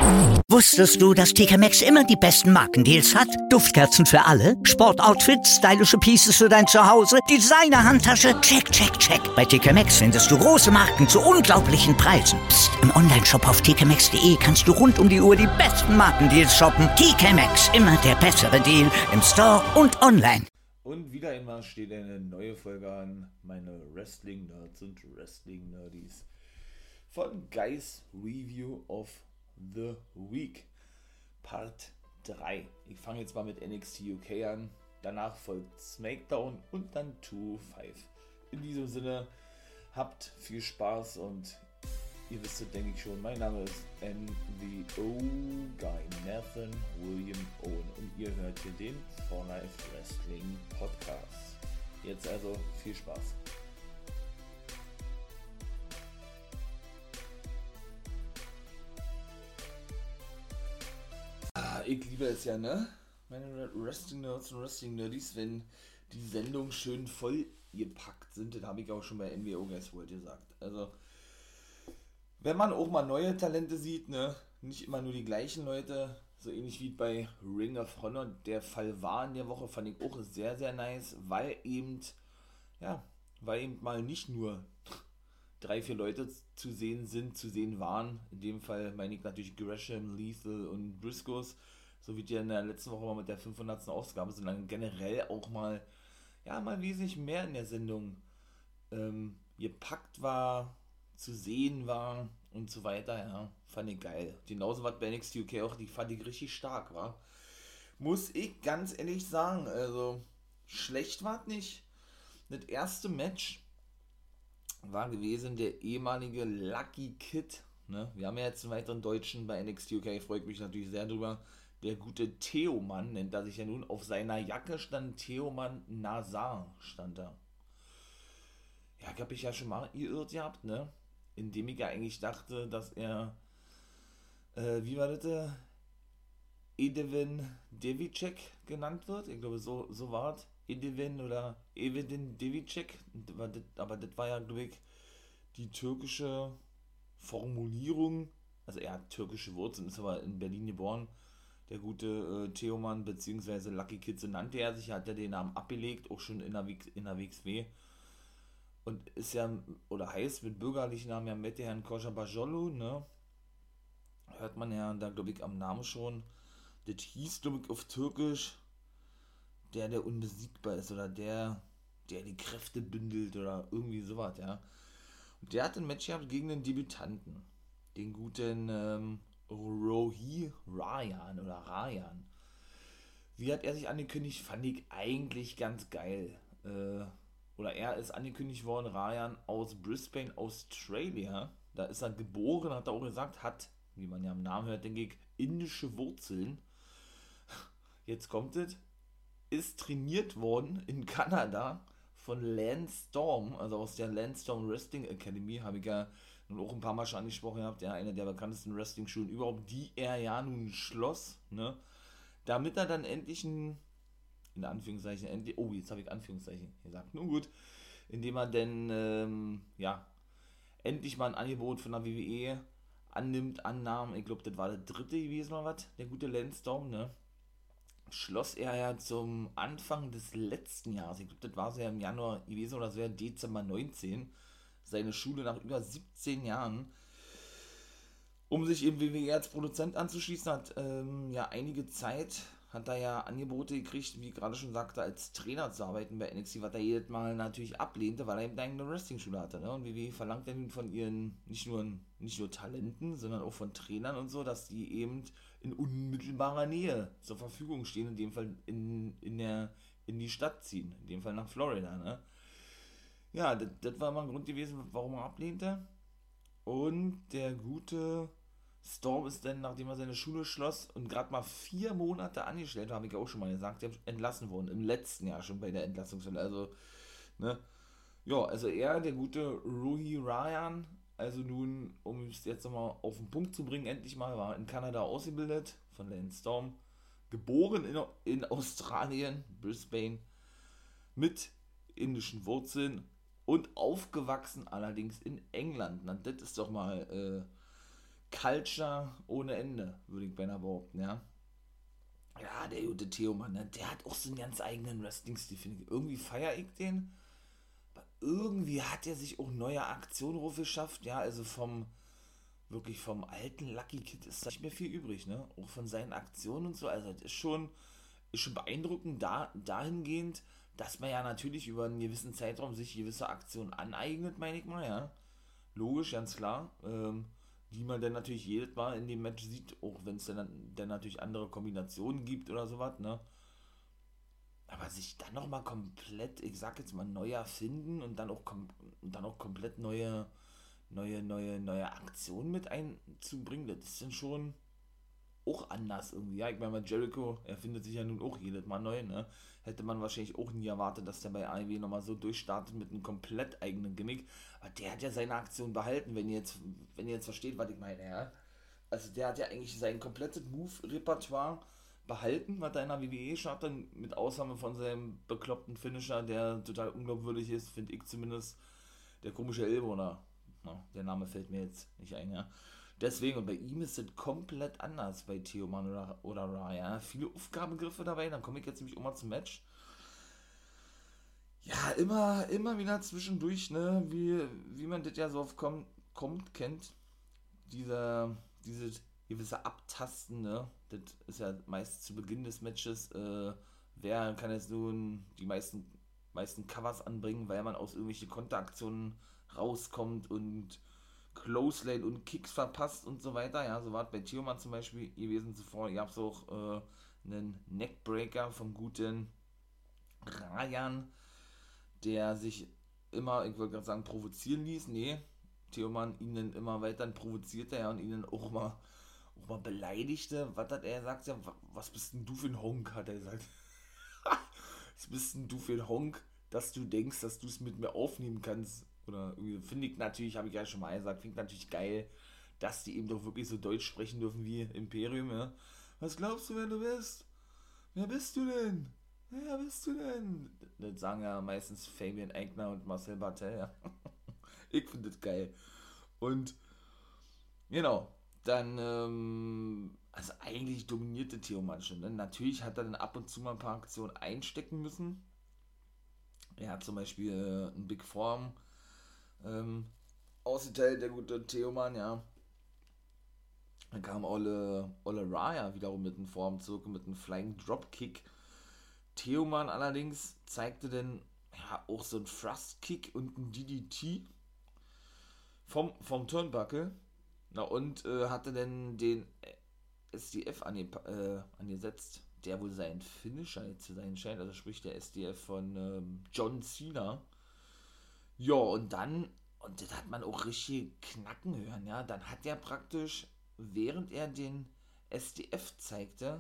Wusstest du, dass TK Maxx immer die besten Markendeals hat? Duftkerzen für alle, Sportoutfits, stylische Pieces für dein Zuhause, Designer-Handtasche, check, check, check. Bei TK Maxx findest du große Marken zu unglaublichen Preisen. Psst. Im Onlineshop auf tkmaxx.de kannst du rund um die Uhr die besten Markendeals shoppen. TK Maxx, immer der bessere Deal im Store und online. Und wieder einmal steht eine neue Folge an, meine Wrestling-Nerds und Wrestling-Nerdies von Guys Review of the Week, Part 3. Ich fange jetzt mal mit NXT UK an, danach folgt SmackDown und dann 2-5. In diesem Sinne, habt viel Spaß und ihr wisst es, denke ich schon, mein Name ist NWO Guy Nathan William Owen und ihr hört hier den For Life Wrestling Podcast. Jetzt also viel Spaß. Ich liebe es ja, ne? Meine Wrestling-Nerds und Wrestling-Nerdies, wenn die Sendungen schön voll gepackt sind, das habe ich auch schon bei NWO Guys World gesagt. Also, wenn man auch mal neue Talente sieht, ne? Nicht immer nur die gleichen Leute, so ähnlich wie bei Ring of Honor der Fall war in der Woche, fand ich auch sehr, sehr nice, weil eben mal nicht nur 3-4 Leute zu sehen waren. In dem Fall meine ich natürlich Gresham, Lethal und Briscoes, so wie die in der letzten Woche mal mit der 500. Ausgabe, sondern generell auch mal wesentlich mehr in der Sendung gepackt war, zu sehen war und so weiter, ja, fand ich geil. Genauso was bei NXT UK auch, die fand ich richtig stark, war. Muss ich ganz ehrlich sagen, also schlecht war es nicht. Das erste Match war gewesen der ehemalige Lucky Kid, ne? Wir haben ja jetzt einen weiteren Deutschen bei NXT UK, freut mich natürlich sehr drüber. Der gute Theoman nennt er sich ja nun. Auf seiner Jacke stand Theoman Nazar, stand da. Ja, ich habe mich ja schon mal geirrt gehabt, ne? Indem ich ja eigentlich dachte, dass er, wie war das, Edwin Devicek genannt wird. Ich glaube, so war es. Edwin oder Evedin Devicek. Aber das war ja, glaube ich, die türkische Formulierung. Also er hat türkische Wurzeln, ist aber in Berlin geboren. Der gute Theoman bzw. Lucky Kid, so nannte er sich, hat er den Namen abgelegt, auch schon in der WXW. Und ist ja, oder heißt mit bürgerlichen Namen ja Metehan Koshabajolu, ne? Hört man ja da, glaube ich, am Namen schon. Das hieß, glaube ich, auf Türkisch der unbesiegbar ist oder der die Kräfte bündelt oder irgendwie sowas, ja. Und der hat ein Match gehabt gegen den Debütanten, den guten Rohi Rayan oder Rayan. Wie hat er sich angekündigt? Fand ich eigentlich ganz geil. Oder er ist angekündigt worden, Rayan aus Brisbane, Australia. Da ist er geboren, hat er auch gesagt, hat, wie man ja am Namen hört, denke ich, indische Wurzeln. Jetzt kommt es, ist trainiert worden in Kanada von Lance Storm, also aus der Lance Storm Wrestling Academy, habe ich ja nun auch ein paar Mal schon angesprochen gehabt, ja, eine der bekanntesten Wrestling-Schulen überhaupt, die er ja nun schloss, ne, damit er dann endlich in Anführungszeichen, jetzt habe ich Anführungszeichen gesagt, nun gut, indem er denn, endlich mal ein Angebot von der WWE annahm, ich glaube, das war der dritte gewesen oder was, der gute Lance Storm, ne, schloss er ja zum Anfang des letzten Jahres, ich glaube, das war es ja im Januar gewesen oder das wäre Dezember 19, seine Schule nach über 17 Jahren, um sich eben WWE als Produzent anzuschließen, hat einige Zeit, hat er ja Angebote gekriegt, wie ich gerade schon sagte, als Trainer zu arbeiten bei NXT, was er jedes Mal natürlich ablehnte, weil er eben eine Wrestling-Schule hatte, ne? Und WWE verlangt dann von ihren nicht nur Talenten, sondern auch von Trainern und so, dass die eben in unmittelbarer Nähe zur Verfügung stehen, in dem Fall in die Stadt ziehen, in dem Fall nach Florida, ne? Ja, das war mal ein Grund gewesen, warum er ablehnte. Und der gute Storm ist dann, nachdem er seine Schule schloss und gerade mal 4 Monate angestellt, habe ich auch schon mal gesagt, entlassen worden. Im letzten Jahr schon bei der Entlassungswelle. Also, ne? Ja, also er, der gute Ruhi Ryan, also nun, um es jetzt nochmal auf den Punkt zu bringen, endlich mal, war in Kanada ausgebildet von Lance Storm, geboren in Australien, Brisbane, mit indischen Wurzeln und aufgewachsen allerdings in England. Na, das ist doch mal Culture ohne Ende, würde ich beinahe behaupten, ja. Ja, der gute Theo, Mann, ne? Der hat auch so einen ganz eigenen Wrestling-Stil, finde ich. Irgendwie feiere ich den, aber irgendwie hat er sich auch neue Aktionen geschafft, ja, also wirklich vom alten Lucky Kid ist da nicht mehr viel übrig, ne? Auch von seinen Aktionen und so, also das ist schon beeindruckend dahingehend, dass man ja natürlich über einen gewissen Zeitraum sich gewisse Aktionen aneignet, meine ich mal, ja. Logisch, ganz klar. Die man dann natürlich jedes Mal in dem Match sieht, auch wenn es dann natürlich andere Kombinationen gibt oder sowas, ne? Aber sich dann nochmal komplett, ich sag jetzt mal, neu erfinden und dann auch komplett neue Aktionen mit einzubringen, das ist dann schon auch anders irgendwie. Ja, ich meine, bei Jericho erfindet sich ja nun auch jedes Mal neu, ne? Hätte man wahrscheinlich auch nie erwartet, dass der bei AEW nochmal so durchstartet mit einem komplett eigenen Gimmick. Aber der hat ja seine Aktion behalten, wenn ihr jetzt versteht, was ich meine, ja. Also der hat ja eigentlich sein komplettes Move-Repertoire behalten, was er in der WWE schon hatte, mit Ausnahme von seinem bekloppten Finisher, der total unglaubwürdig ist, finde ich zumindest, der komische Ellbohner. Na, der Name fällt mir jetzt nicht ein, ja. Deswegen, und bei ihm ist es komplett anders bei Theoman oder Ra, ja. Viele Aufgabengriffe dabei, dann komme ich jetzt nämlich auch mal zum Match. Ja, immer wieder zwischendurch, ne, wie man das ja so oft kennt, diese gewisse Abtasten, ne, das ist ja meist zu Beginn des Matches, wer kann jetzt nun die meisten Covers anbringen, weil man aus irgendwelchen Konteraktionen rauskommt und Clothesline und Kicks verpasst und so weiter. Ja, so war es bei Theoman zum Beispiel gewesen zuvor. Ihr habt auch einen Neckbreaker vom guten Ryan, der sich immer, ich wollte gerade sagen, provozieren ließ. Nee, Theoman ihn dann immer weiter provozierte, ja, und ihn dann auch mal beleidigte. Was hat er gesagt? Ja, was bist denn du für ein Honk, hat er gesagt. Was bist denn du für ein Honk, dass du denkst, dass du es mit mir aufnehmen kannst? Oder irgendwie, finde ich natürlich, habe ich ja schon mal gesagt, finde ich natürlich geil, dass die eben doch wirklich so Deutsch sprechen dürfen wie Imperium, ja. Was glaubst du, wer du bist? Wer bist du denn? Wer bist du denn? Das sagen ja meistens Fabian Eigner und Marcel Bartel, ja. Ich finde das geil. Und, genau, dann, also eigentlich dominierte Theoman schon. Ne? Natürlich hat er dann ab und zu mal ein paar Aktionen einstecken müssen. Er hat zum Beispiel einen Big Form ausgeteilt, der gute Theoman, ja. Dann kam Ole Raya wiederum mit einem Formzug, mit einem Flying Dropkick. Theoman allerdings zeigte dann ja auch so einen Thrust Kick und einen DDT vom Turnbuckle. Na und hatte dann den SDF angesetzt, der wohl sein Finisher jetzt zu sein scheint, also sprich der SDF von John Cena. Ja, und das hat man auch richtig knacken hören, ja. Dann hat er praktisch, während er den SDF zeigte,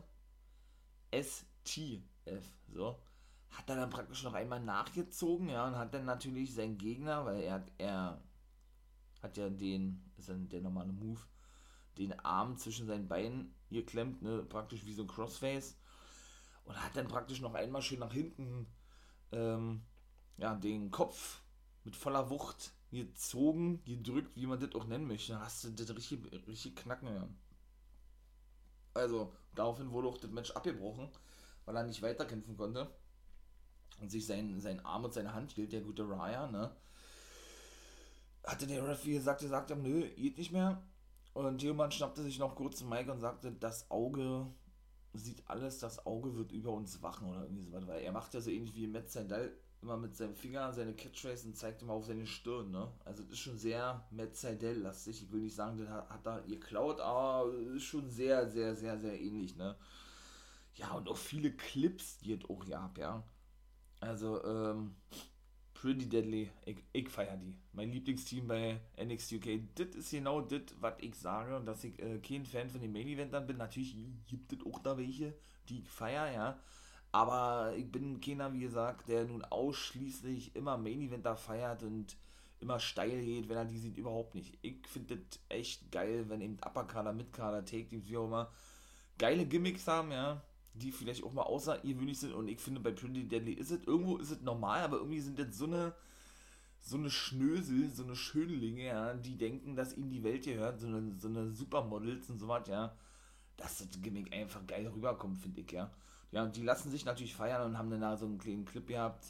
STF, so, hat er dann praktisch noch einmal nachgezogen, ja, und hat dann natürlich seinen Gegner, weil er hat ja ist dann der normale Move, den Arm zwischen seinen Beinen geklemmt, ne, praktisch wie so ein Crossface, und hat dann praktisch noch einmal schön nach hinten, ja, den Kopf mit voller Wucht gezogen, gedrückt, wie man das auch nennen möchte. Da hast du das richtig knacken hören. Also, daraufhin wurde auch das Match abgebrochen, weil er nicht weiterkämpfen konnte und sich sein Arm und seine Hand hielt, der gute Raya, ne? Hatte der Ref, wie gesagt, nö, geht nicht mehr. Und Theoman schnappte sich noch kurz zum Mike und sagte, das Auge sieht alles, das Auge wird über uns wachen oder irgendwie so, weil er macht ja so ähnlich wie Matt Sydal immer mit seinem Finger seine Catchphrase und zeigt immer auf seine Stirn, ne? Also das ist schon sehr Matt Sydal-lastig. Ich will nicht sagen, das hat er geklaut, aber ist schon sehr, sehr, sehr, sehr ähnlich, ne? Ja, und auch viele Clips, die es auch gab, ja. Also, Pretty Deadly, ich feier die. Mein Lieblingsteam bei NXT UK, das ist genau das, was ich sage, und dass ich kein Fan von den Main Eventern bin. Natürlich gibt es auch da welche, die ich feier, ja. Aber ich bin keiner, wie gesagt, der nun ausschließlich immer Main Eventer feiert und immer steil geht, wenn er die sieht, überhaupt nicht. Ich finde das echt geil, wenn eben Upperkader, Midkader, Take Teams, wie auch immer, geile Gimmicks haben, ja, die vielleicht auch mal außergewöhnlich sind, und ich finde, bei Pretty Deadly irgendwo ist es normal, aber irgendwie sind das so eine Schnösel, so eine Schönlinge, ja, die denken, dass ihnen die Welt gehört, so eine Supermodels und so was, ja, dass das Gimmick einfach geil rüberkommt, finde ich, ja. Ja, und die lassen sich natürlich feiern und haben dann da so einen kleinen Clip gehabt,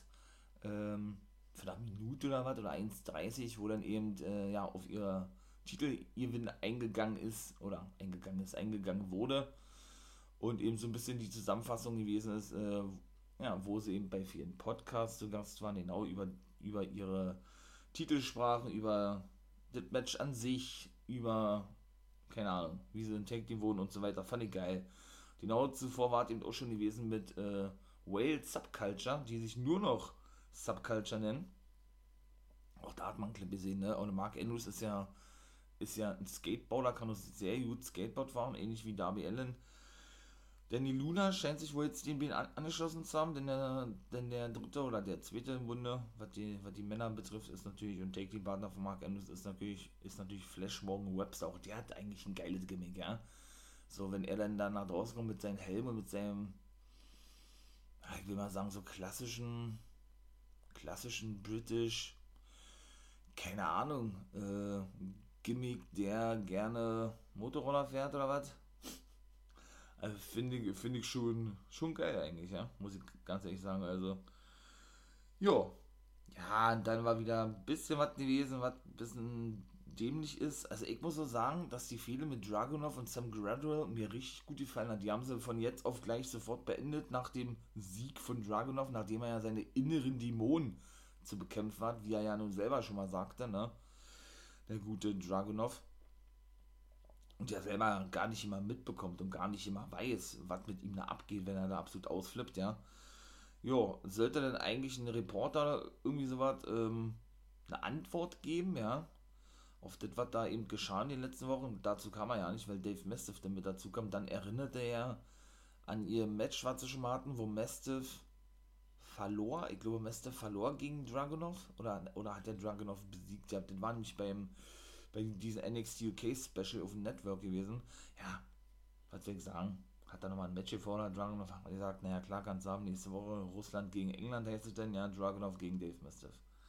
von einer Minute oder was, oder 1,30, wo dann eben, ja, auf ihre Titelgewinn eingegangen wurde und eben so ein bisschen die Zusammenfassung gewesen ist, ja, wo sie eben bei vielen Podcasts zu Gast waren, genau über ihre Titelsprachen, über das Match an sich, über, keine Ahnung, wie sie in Tag Team wohnen und so weiter, fand ich geil. Genau zuvor war es eben auch schon gewesen mit Whale Subculture, die sich nur noch Subculture nennen. Auch da hat man einen Clip gesehen, ne? Und Mark Andrews ist ja ein Skateboarder, kann uns sehr gut Skateboard fahren, ähnlich wie Darby Allin. Danny Luna scheint sich wohl jetzt den Bein angeschlossen zu haben, denn der dritte oder der zweite im Bunde, was die Männer betrifft, ist natürlich, und Take Partner von Mark Andrews ist natürlich Flash Morgan Webster. Auch der hat eigentlich ein geiles Gimmick, ja. So, wenn er dann da nach draußen kommt mit seinem Helm und mit seinem, ich will mal sagen, so klassischen British, keine Ahnung, Gimmick, der gerne Motorroller fährt oder was. Also finde ich schon geil eigentlich, ja, muss ich ganz ehrlich sagen. Also, jo. Ja, und dann war wieder ein bisschen was gewesen, was ein bisschen dämlich ist. Also ich muss so sagen, dass die Fehde mit Dragunov und Sam Gradwell mir richtig gut gefallen hat. Die haben sie von jetzt auf gleich sofort beendet, nach dem Sieg von Dragunov, nachdem er ja seine inneren Dämonen zu bekämpfen hat, wie er ja nun selber schon mal sagte, ne? Der gute Dragunov. Und ja selber gar nicht immer mitbekommt und gar nicht immer weiß, was mit ihm da abgeht, wenn er da absolut ausflippt, ja. Jo, sollte dann eigentlich ein Reporter irgendwie sowas, eine Antwort geben, ja, auf das, was da eben geschah in den letzten Wochen. Dazu kam er ja nicht, weil Dave Mastiff dann mit dazu kam. Dann erinnerte er an ihr Match, was sie schon mal hatten, wo Mastiff verlor. Ich glaube, Mastiff verlor gegen Dragunov. Oder hat der Dragunov besiegt? Ja, das war nämlich bei diesem NXT UK Special auf dem Network gewesen. Ja, was will ich sagen? Hat da nochmal ein Match gefordert. Dragunov hat gesagt, naja, klar, kannst du haben. Nächste Woche Russland gegen England heißt es denn. Ja, Dragunov gegen Dave Mastiff.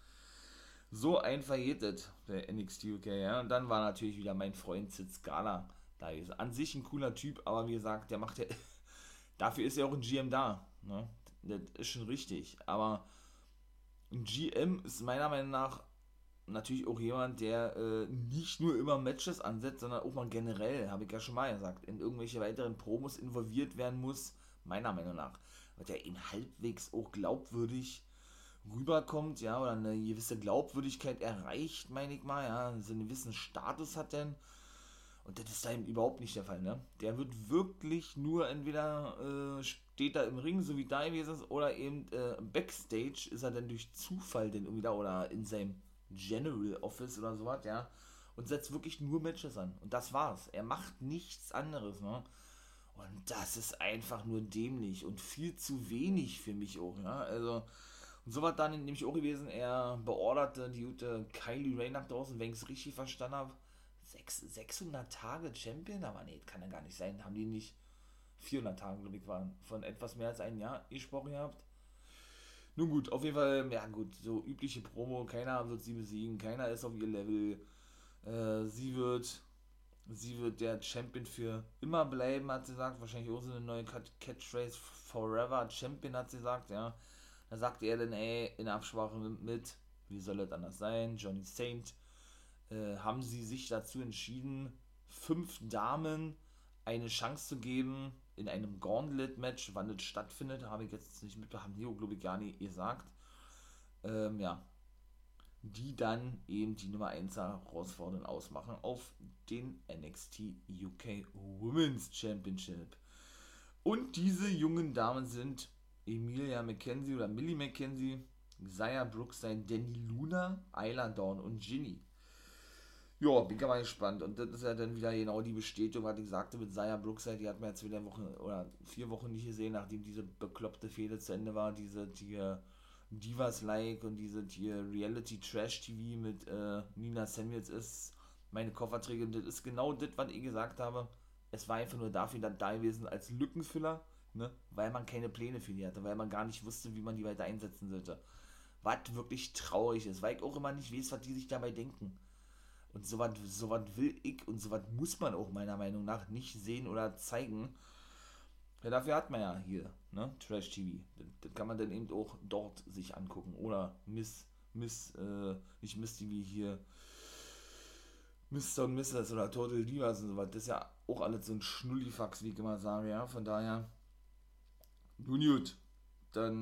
So einfach geht es bei NXT UK, ja. Und dann war natürlich wieder mein Freund Sid Scala da gewesen. An sich ein cooler Typ, aber wie gesagt, der macht ja, dafür ist ja auch ein GM da, ne? Das ist schon richtig. Aber ein GM ist meiner Meinung nach natürlich auch jemand, der nicht nur immer Matches ansetzt, sondern auch mal generell, habe ich ja schon mal gesagt, in irgendwelche weiteren Promos involviert werden muss, meiner Meinung nach. Weil der ihn halbwegs auch glaubwürdig rüberkommt, ja, oder eine gewisse Glaubwürdigkeit erreicht, meine ich mal, ja, so einen gewissen Status hat denn, und das ist da eben überhaupt nicht der Fall, ne? Der wird wirklich nur entweder steht da im Ring, so wie da gewesen ist, oder eben Backstage ist er dann durch Zufall denn irgendwie da, oder in seinem General Office oder sowas, ja, und setzt wirklich nur Matches an, und das war's. Er macht nichts anderes, ne? Und das ist einfach nur dämlich und viel zu wenig für mich auch, ja, also. Und so war dann nämlich auch gewesen, er beorderte die gute Kylie Ray nach draußen, wenn ich es richtig verstanden habe. 600 Tage Champion? Aber nee, kann ja gar nicht sein. Haben die nicht 400 Tage, glaube ich, waren von etwas mehr als einem Jahr gesprochen gehabt? Nun gut, auf jeden Fall, ja gut, so übliche Promo, keiner wird sie besiegen, keiner ist auf ihr Level. Sie wird der Champion für immer bleiben, hat sie gesagt. Wahrscheinlich auch so eine neue Catchphrase, Forever Champion, hat sie gesagt, ja. Da sagte er dann, in Absprache mit, wie soll das anders sein, Johnny Saint, haben sie sich dazu entschieden, 5 Damen eine Chance zu geben in einem Gauntlet-Match. Wann das stattfindet, habe ich jetzt nicht mitbekommen, haben die, glaube ich, gar nicht gesagt. Ja, die dann eben die Nummer 1 herausfordern ausmachen auf den NXT UK Women's Championship. Und diese jungen Damen sind Emilia McKenzie oder Millie McKenzie, Xia Brookside, Danny Luna, Isla Dawn und Ginny. Ja, bin ich mal gespannt. Und das ist ja dann wieder genau die Bestätigung, was ich sagte mit Xia Brookside. Die hat man jetzt wieder 4 Wochen nicht gesehen, nachdem diese bekloppte Fehde zu Ende war. Diese Divas-like und diese Reality-Trash-TV mit Nina Samuels ist meine Kofferträger. Und das ist genau das, was ich gesagt habe. Es war einfach nur dafür da gewesen als Lückenfüller, ne? Weil man keine Pläne für die hatte, weil man gar nicht wusste, wie man die weiter einsetzen sollte. was wirklich traurig ist, weil ich auch immer nicht weiß, was die sich dabei denken. Und sowas will ich und sowas muss man auch meiner Meinung nach nicht sehen oder zeigen. Ja, dafür hat man ja hier, ne, Trash TV. Das kann man dann eben auch dort sich angucken. Oder nicht Miss TV hier, Mr. und Mrs. oder Total Divas und sowas. Das ist ja auch alles so ein Schnullifax, wie ich immer sage, ja. Von daher, nun gut. Dann,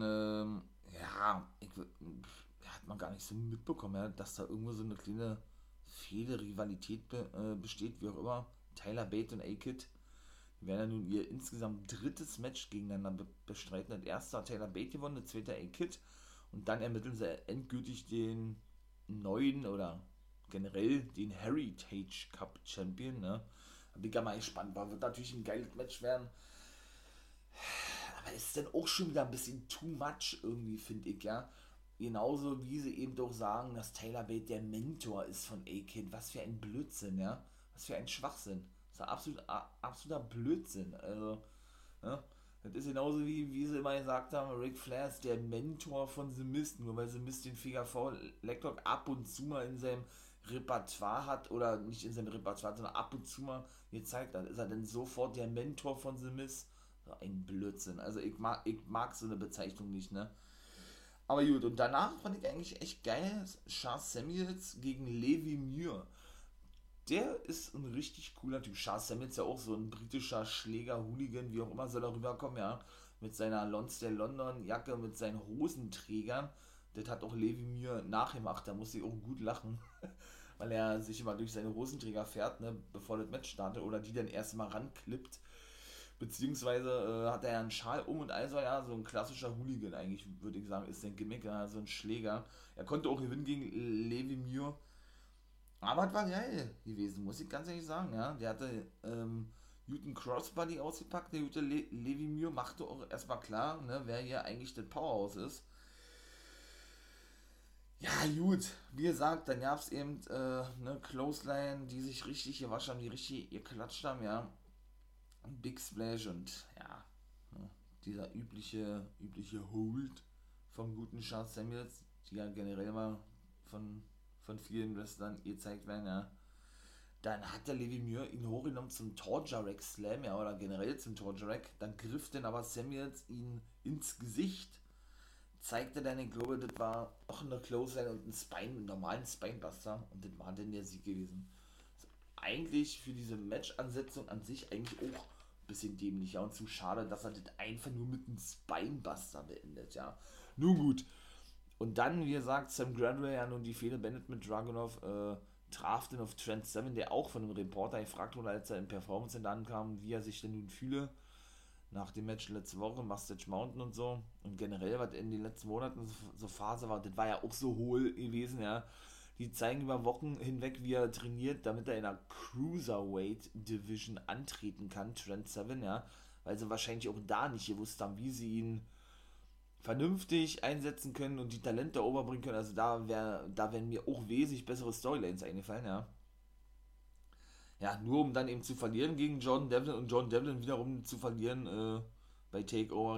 hat man gar nicht so mitbekommen, ja, dass da irgendwo so eine kleine Fehde-Rivalität besteht, wie auch immer. Tyler Bate und A-Kid werden ja nun ihr insgesamt drittes Match gegeneinander bestreiten. Das erste hat Tyler Bate gewonnen, das zweite A-Kid. Und dann ermitteln sie endgültig den neuen oder generell den Heritage Cup Champion. Ne? Da bin ich ja mal gespannt. Wird natürlich ein geiles Match werden. Aber ist dann auch schon wieder ein bisschen too much irgendwie, finde ich, ja. Genauso wie sie eben doch sagen, dass Tyler Bate der Mentor ist von A-Kid. Was für ein Blödsinn, ja. Was für ein Schwachsinn. Das ist absoluter Blödsinn. Also, ja. Das ist genauso wie sie immer gesagt haben, Ric Flair ist der Mentor von The Mist, nur weil The Mist den Figure 4 Leglock ab und zu mal in seinem Repertoire hat, oder nicht in seinem Repertoire, sondern ab und zu mal gezeigt hat, ist er denn sofort der Mentor von The Mist? So ein Blödsinn. Also ich mag so eine Bezeichnung nicht, ne? Aber gut, und danach fand ich eigentlich echt geil, Charles Samuels gegen Levi Muir. Der ist ein richtig cooler Typ. Charles Samuels ist ja auch so ein britischer Schläger-Hooligan, wie auch immer soll er rüberkommen, ja. Mit seiner Lonsdale London Jacke, mit seinen Hosenträgern. Das hat auch Levi Muir nachgemacht, da musste ich auch gut lachen. Weil er sich immer durch seine Hosenträger fährt, ne, bevor das Match startet, oder die dann erst mal ranklippt. Beziehungsweise hat er ja einen Schal um und also ja, so ein klassischer Hooligan eigentlich, würde ich sagen, ist sein Gimmick, ja, so ein Schläger. Er konnte auch gewinnen gegen Levi Muir. Aber es war geil gewesen, muss ich ganz ehrlich sagen, ja. Der hatte guten Crossbody ausgepackt, der gute Levi Muir machte auch erstmal klar, ne, wer hier eigentlich das Powerhouse ist. Ja, gut, wie gesagt, dann gab es eben eine Clothesline, die sich richtig gewaschen haben, die richtig geklatscht haben, ja. Big Splash und ja, ne, dieser übliche Hold vom guten Charles Samuels, die ja generell mal von vielen Wrestlern gezeigt werden, ja. Dann hat der Levi Muir ihn hochgenommen zum Torture Rack Slam, ja, oder generell zum Torture Rack. Dann griff dann aber Samuels ihn ins Gesicht, zeigte dann, ich glaube, das war auch eine Clothesline und einen normalen Spinebuster, und das war dann der Sieg gewesen. Also eigentlich für diese Match-Ansetzung an sich eigentlich auch ein bisschen dämlich, ja, und zu schade, dass er das einfach nur mit einem Spinebuster beendet, ja. Nun gut. Und dann, wie gesagt, Sam Gradwell ja nun die Fehde beendet mit Dragunov, traf dann auf Trent Seven, der auch von einem Reporter gefragt wurde, als er im Performance Center ankam, wie er sich denn nun fühle nach dem Match letzte Woche, Mustache Mountain und so. Und generell, was in den letzten Monaten so Phase war, das war ja auch so hohl gewesen, ja. Die zeigen über Wochen hinweg, wie er trainiert, damit er in der Cruiserweight Division antreten kann, Trent Seven, ja. Weil sie wahrscheinlich auch da nicht gewusst haben, wie sie ihn vernünftig einsetzen können und die Talente overbringen können. Also da wären mir auch wesentlich bessere Storylines eingefallen, ja. Ja, nur um dann eben zu verlieren gegen Jordan Devlin und Jordan Devlin wiederum zu verlieren bei Takeover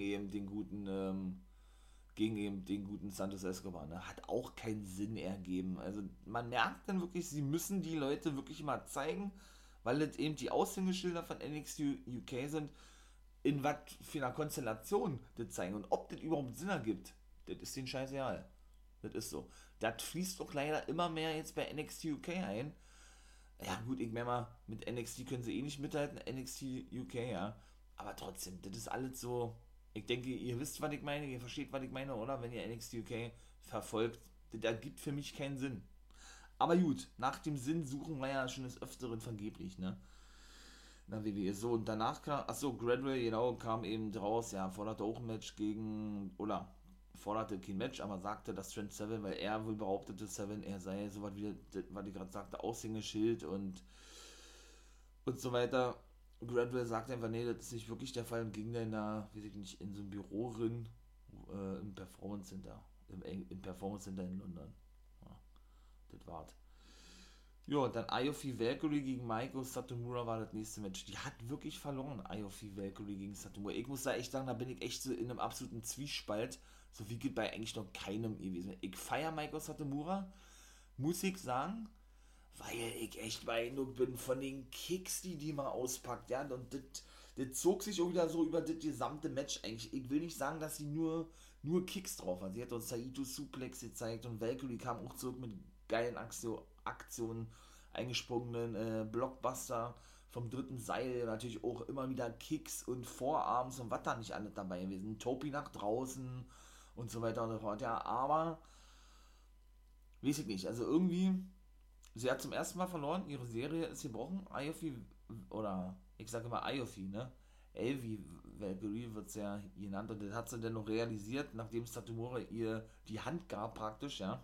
gegen eben den guten Santos Escobar. Ne? Hat auch keinen Sinn ergeben. Also man merkt dann wirklich, sie müssen die Leute wirklich mal zeigen, weil das eben die Aushängeschilder von NXT UK sind, in was für einer Konstellation das zeigen und ob das überhaupt Sinn ergibt. Das ist den scheißegal. Das ist so. Das fließt doch leider immer mehr jetzt bei NXT UK ein. Ja gut, ich meine mal, mit NXT können sie eh nicht mithalten, NXT UK, ja. Aber trotzdem, das ist alles so, ich denke, ihr wisst, was ich meine, ihr versteht, was ich meine, oder? Wenn ihr NXT UK verfolgt, das ergibt für mich keinen Sinn. Aber gut, nach dem Sinn suchen wir ja schon des Öfteren vergeblich, ne? Na, WWE. So, und danach Gradwell, genau, kam eben raus, ja, forderte auch ein Match forderte kein Match, aber sagte, dass Trent Seven, weil er wohl behauptete, Seven, er sei so was wie, was ich gerade sagte, Aushängeschild und so weiter. Gradwell sagte einfach, nee, das ist nicht wirklich der Fall, und ging dann da, weiß ich nicht, in so ein Büro rein, im Performance Center, im Performance Center in London. Ja, das war's. Ja, und dann Aofi Valkyrie gegen Maiko Satomura war das nächste Match. Die hat wirklich verloren, Aofi Valkyrie gegen Satomura. Ich muss da echt sagen, da bin ich echt so in einem absoluten Zwiespalt. So wie geht bei eigentlich noch keinem gewesen. Ich feiere Meiko Satomura, muss ich sagen, weil ich echt beeindruckt bin von den Kicks, die mal auspackt, ja, und das zog sich auch wieder so über das gesamte Match eigentlich. Ich will nicht sagen, dass sie nur Kicks drauf hat. Sie hat uns Saito Suplex gezeigt und Valkyrie kam auch zurück mit geilen Aktionen, eingesprungenen Blockbuster vom dritten Seil, natürlich auch immer wieder Kicks und Vorarms und was da nicht alles dabei gewesen. Topi nach draußen und so weiter und so fort, ja, aber weiß ich nicht, also irgendwie, sie hat zum ersten Mal verloren, ihre Serie ist gebrochen, Iofi, oder ich sage immer Iofi, ne? Elvi Valkyrie wird es ja genannt, und das hat sie dann noch realisiert, nachdem Satomura ihr die Hand gab praktisch, ja.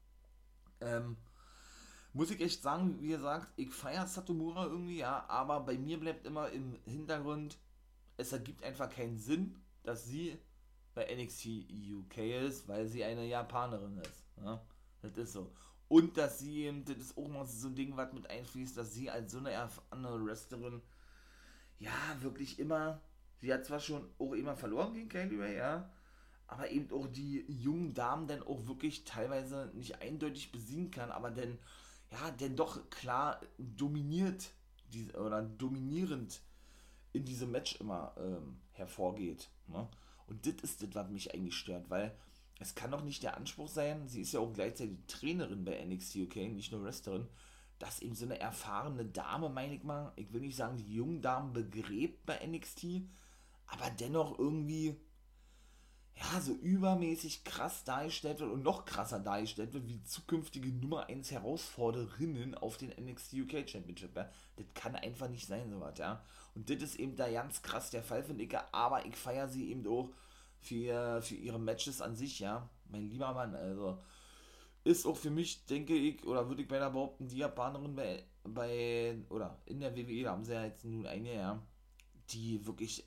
Muss ich echt sagen, wie gesagt, ich feiere Satomura irgendwie, ja, aber bei mir bleibt immer im Hintergrund, es ergibt einfach keinen Sinn, dass sie bei NXT UK ist, weil sie eine Japanerin ist. Ja? Das ist so. Und dass sie eben, das ist auch mal so ein Ding, was mit einfließt, dass sie als so eine erfahrene Wrestlerin, ja, wirklich immer, sie hat zwar schon auch immer verloren gegen Kylie Ray, ja, aber eben auch die jungen Damen dann auch wirklich teilweise nicht eindeutig besiegen kann, aber dann, ja, denn doch klar dominiert, oder dominierend in diesem Match immer hervorgeht. Ne? Und das ist das, was mich eigentlich stört, weil es kann doch nicht der Anspruch sein, sie ist ja auch gleichzeitig Trainerin bei NXT UK, nicht nur Wrestlerin, dass eben so eine erfahrene Dame, meine ich mal, ich will nicht sagen, die jungen Damen begräbt bei NXT, aber dennoch irgendwie, ja, so übermäßig krass dargestellt wird und noch krasser dargestellt wird, wie zukünftige Nummer 1 Herausforderinnen auf den NXT UK Championship. Ja. Das kann einfach nicht sein, sowas, ja. Und das ist eben da ganz krass der Fall, finde ich, aber ich feiere sie eben auch für ihre Matches an sich, ja. Mein lieber Mann, also ist auch für mich, denke ich, oder würde ich beinahe behaupten, die Japanerin oder in der WWE, da haben sie ja jetzt nun eine, ja, die wirklich,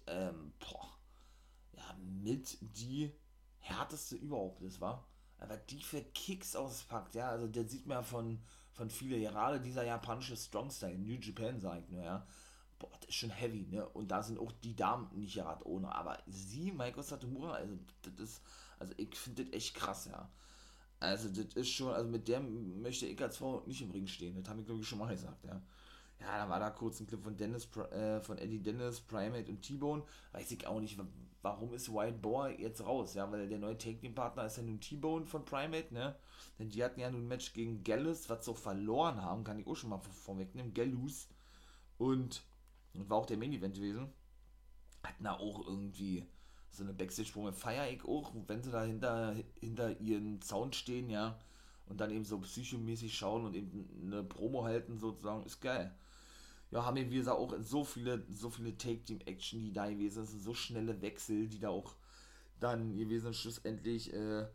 ja, mit die härteste überhaupt ist, war. Aber die für Kicks auspackt, ja, also der sieht man ja von vielen, gerade dieser japanische Strong Style, New Japan, sag ich nur, ja. Boah, das ist schon heavy, ne? Und da sind auch die Damen nicht gerade ohne, aber sie, Meiko Satomura, also das ist, also ich finde das echt krass, ja. Also das ist schon, also mit der möchte ich als Frau nicht im Ring stehen, das habe ich glaube ich schon mal gesagt, ja. Ja, da war da kurz ein Clip von von Eddie Dennis, Primate und T-Bone. Weiß ich auch nicht, warum ist Wild Boar jetzt raus, ja, weil der neue Take-Team-Partner ist ja nun T-Bone von Primate, ne? Denn die hatten ja nun ein Match gegen Gallus, was sie auch verloren haben, kann ich auch schon mal vorwegnehmen, Gallus. Und war auch der Main-Event gewesen. Hatten da auch irgendwie so eine Backstage-Sprung, feier ich auch, wenn sie da hinter ihren Zaun stehen, ja, und dann eben so psychomäßig schauen und eben eine Promo halten, sozusagen, ist geil. Ja, haben wir, wie gesagt, auch so viele Take-Team-Action, die da gewesen sind, so schnelle Wechsel, die da auch dann gewesen sind, schlussendlich,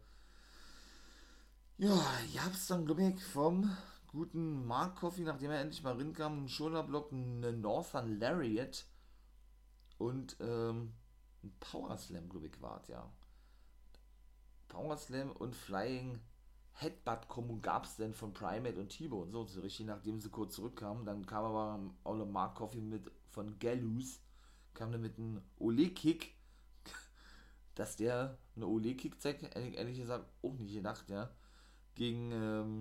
ja, ich hab's dann, glaube ich, vom guten Mark Coffey, nachdem er endlich mal rinkam, einen Shoulderblock, einen Northern Lariat und, ein Power Slam, glaube ich, war es, ja. Power Slam und Flying Headbutt-Kombo gab es denn von Primate und T-Bone, so richtig, nachdem sie kurz zurückkamen. Dann kam aber auch noch Mark Coffey mit von Gallus, kam dann mit einem Ole-Kick, dass der eine Ole-Kick zeigt, ehrlich gesagt auch nicht gedacht, ja. Gegen,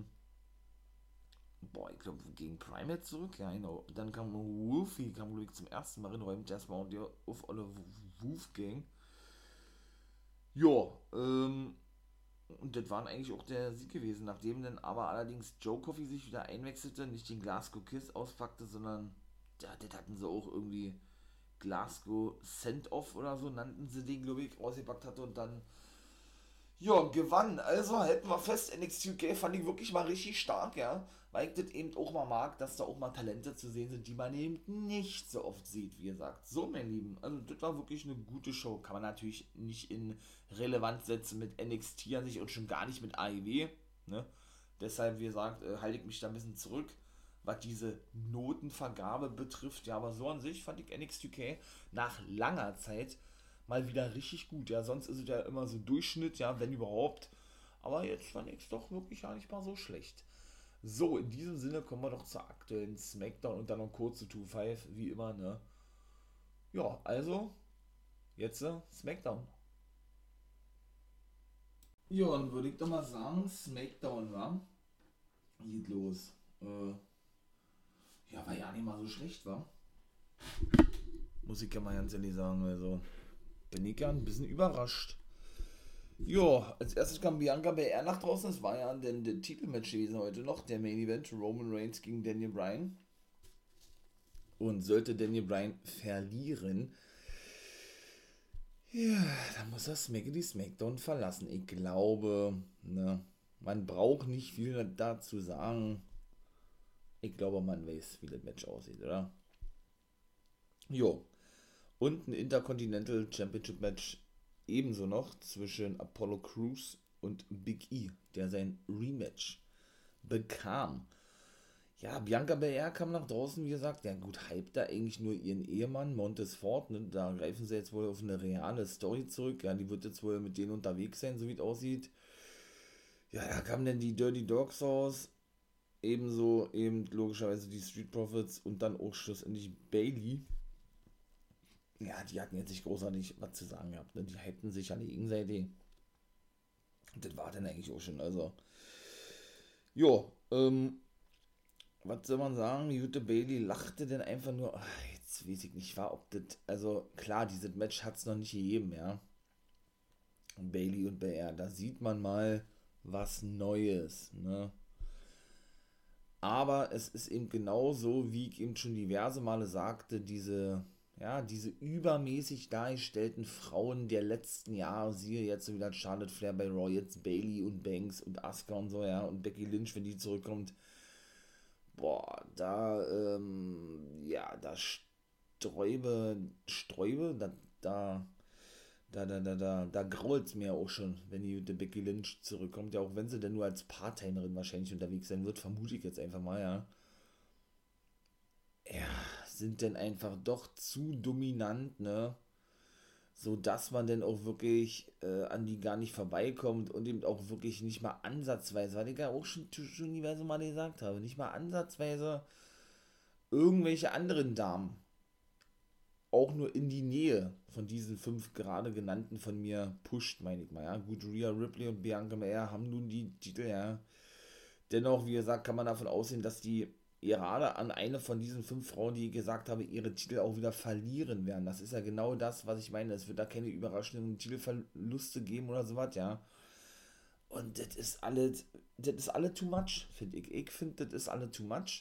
ich glaube, gegen Primate zurück, ja, genau. Dann kam Wolfie, kam, glaube ich, zum ersten Mal rein, räumt erstmal auf alle Wolfgang. Ja, und das war eigentlich auch der Sieg gewesen, nachdem dann aber allerdings Joe Coffey sich wieder einwechselte, nicht den Glasgow Kiss auspackte, sondern ja, das hatten sie auch irgendwie Glasgow Send-Off oder so, nannten sie den, glaube ich, ausgepackt hatte und dann, ja, gewann. Also halten wir fest, NXT UK fand ich wirklich mal richtig stark, ja, weil ich das eben auch mal mag, dass da auch mal Talente zu sehen sind, die man eben nicht so oft sieht, wie gesagt. So, mein Lieben, also das war wirklich eine gute Show. Kann man natürlich nicht in Relevanz setzen mit NXT an sich und schon gar nicht mit AEW, ne? Deshalb, wie gesagt, halte ich mich da ein bisschen zurück, was diese Notenvergabe betrifft. Ja, aber so an sich fand ich NXT UK nach langer Zeit mal wieder richtig gut. Ja, sonst ist es ja immer so Durchschnitt, ja, wenn überhaupt. Aber jetzt fand ich es doch wirklich gar nicht mal so schlecht. So, in diesem Sinne kommen wir doch zur aktuellen Smackdown und dann noch kurz zu 2-5, wie immer, ne? Ja, also, jetzt Smackdown. Ja, dann würde ich doch mal sagen, Smackdown, wa? Geht los. Ja, war ja nicht mal so schlecht, wa? Muss ich ja mal ganz ehrlich sagen, also bin ich ja ein bisschen überrascht. Ja, als erstes kam Bianca Belair nach draußen. Das war ja dann der Titelmatch gewesen heute noch, der Main Event, Roman Reigns gegen Daniel Bryan. Und sollte Daniel Bryan verlieren, ja, dann muss er die Smackdown verlassen. Ich glaube, ne, man braucht nicht viel dazu sagen. Ich glaube, man weiß, wie das Match aussieht, oder? Jo. Und ein Intercontinental Championship Match ebenso noch zwischen Apollo Crews und Big E, der sein Rematch bekam. Ja, Bianca Belair kam nach draußen, wie gesagt, ja gut, hypt da eigentlich nur ihren Ehemann, Montez Ford, ne? Da greifen sie jetzt wohl auf eine reale Story zurück, ja, die wird jetzt wohl mit denen unterwegs sein, so wie es aussieht. Ja, da kamen dann die Dirty Dogs raus, ebenso eben logischerweise die Street Profits und dann auch schlussendlich Bailey. Ja, die hatten jetzt nicht großartig was zu sagen gehabt, ne? Die hypten sich alle gegenseitig. Und das war dann eigentlich auch schon, also, jo, was soll man sagen? Jute Bailey lachte dann einfach nur. Jetzt weiß ich nicht, war, ob das. Also klar, dieses Match hat es noch nicht gegeben, ja. Bailey und Belair, da sieht man mal was Neues, ne? Aber es ist eben genauso, wie ich eben schon diverse Male sagte, diese übermäßig dargestellten Frauen der letzten Jahre, siehe jetzt wieder Charlotte Flair bei Raw, jetzt Bailey und Banks und Asuka und so, ja, und Becky Lynch, wenn die zurückkommt. Boah, da Sträube, da grault's mir auch schon, wenn die Becky Lynch zurückkommt, ja, auch wenn sie denn nur als Part-Timerin wahrscheinlich unterwegs sein wird, vermute ich jetzt einfach mal, ja. Ja, sind denn einfach doch zu dominant, ne? So dass man denn auch wirklich an die gar nicht vorbeikommt und eben auch wirklich nicht mal ansatzweise, weil ich ja auch schon diverse Mal gesagt habe, nicht mal ansatzweise irgendwelche anderen Damen auch nur in die Nähe von diesen fünf gerade genannten von mir pusht, meine ich mal, ja. Gut, Rhea Ripley und Bianca Belair haben nun die Titel, ja. Dennoch, wie gesagt, kann man davon ausgehen, dass die gerade an eine von diesen fünf Frauen, die ich gesagt habe, ihre Titel auch wieder verlieren werden. Das ist ja genau das, was ich meine. Es wird da keine überraschenden Titelverluste geben oder sowas, ja. Und das ist alles too much, finde ich. Ich finde, das ist alles too much.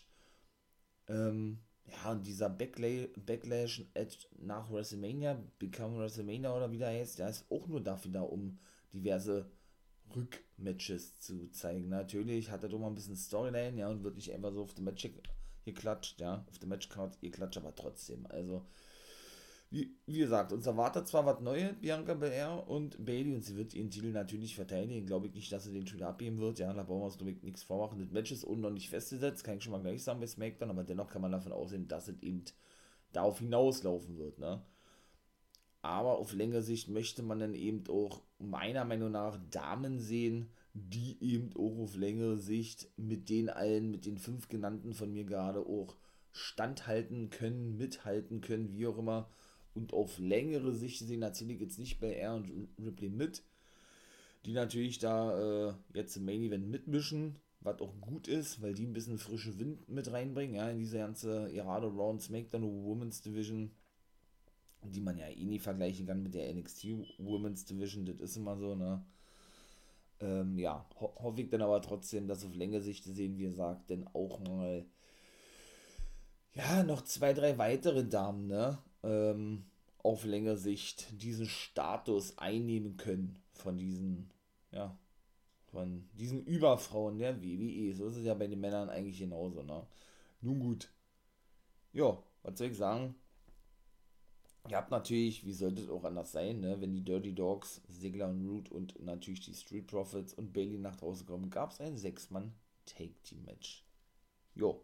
Ja, und dieser Backlash nach WrestleMania, Become WrestleMania oder wie der heißt, der ist auch nur dafür da, um diverse Rückmatches zu zeigen. Natürlich hat er doch mal ein bisschen Storyline, ja, und wird nicht einfach so auf dem Match geklatscht, ja, auf dem Matchcard geklatscht, aber trotzdem, also, wie gesagt, uns erwartet zwar was Neues, Bianca Belair und Bailey, und sie wird ihren Titel natürlich verteidigen. Glaube ich nicht, dass sie den schon wieder abgeben wird. Ja, da brauchen wir uns glaube ich nichts vormachen. Das Match ist unten noch nicht festgesetzt, kann ich schon mal gleich sagen bei SmackDown, aber dennoch kann man davon ausgehen, dass es eben darauf hinauslaufen wird, ne? Aber auf längere Sicht möchte man dann eben auch meiner Meinung nach Damen sehen, die eben auch auf längere Sicht mit den allen, mit den fünf genannten von mir gerade auch standhalten können, mithalten können, wie auch immer. Und auf längere Sicht sehen natürlich jetzt nicht bei Air und Ripley mit, die natürlich da jetzt im Main Event mitmischen, was auch gut ist, weil die ein bisschen frischen Wind mit reinbringen, ja, in diese ganze gerade Raw und SmackDown Women's Division, die man ja eh nie vergleichen kann mit der NXT Women's Division, das ist immer so, ne? Ja, hoffe ich dann aber trotzdem, dass auf längere Sicht sehen, wie gesagt, denn auch mal, ja, noch zwei, drei weitere Damen, ne? Auf längere Sicht diesen Status einnehmen können von diesen, ja, von diesen Überfrauen der WWE. So ist es ja bei den Männern eigentlich genauso, ne? Nun gut. Ja, was soll ich sagen? Ihr habt natürlich, wie sollte es auch anders sein, ne? Wenn die Dirty Dogs, Ziggler und Root und natürlich die Street Profits und Bailey nach draußen kommen, gab es ein Sechs-Mann-Take-Team-Match. Jo.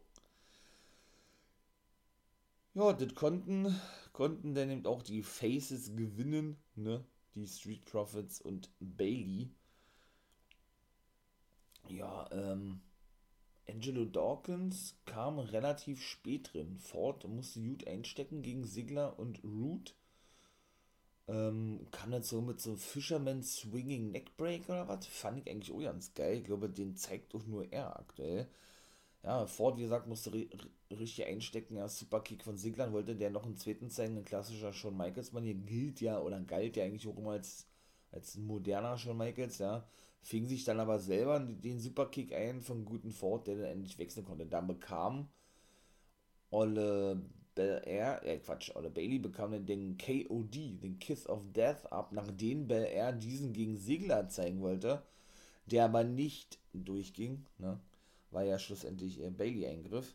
Ja, das konnten dann eben auch die Faces gewinnen, ne? Die Street Profits und Bailey. Ja, Angelo Dawkins kam relativ spät drin. Ford musste gut einstecken gegen Ziggler und Root. Kam jetzt so mit so Fisherman Swinging Neckbreak oder was? Fand ich eigentlich auch ganz geil. Ich glaube, den zeigt auch nur er aktuell. Ja, Ford, wie gesagt, musste richtig einstecken. Ja, Superkick von Ziggler wollte der noch einen zweiten zeigen. Ein klassischer Shawn Michaels-Mann. Hier gilt ja oder galt ja eigentlich auch immer als ein moderner Shawn Michaels, ja. Fing sich dann aber selber den Superkick ein von guten Ford, der dann endlich wechseln konnte. Dann bekam Olle Olle Bailey bekam dann den KOD, den Kiss of Death ab, nachdem Belair diesen gegen Ziggler zeigen wollte, der aber nicht durchging, ne? Weil ja schlussendlich Bailey eingriff.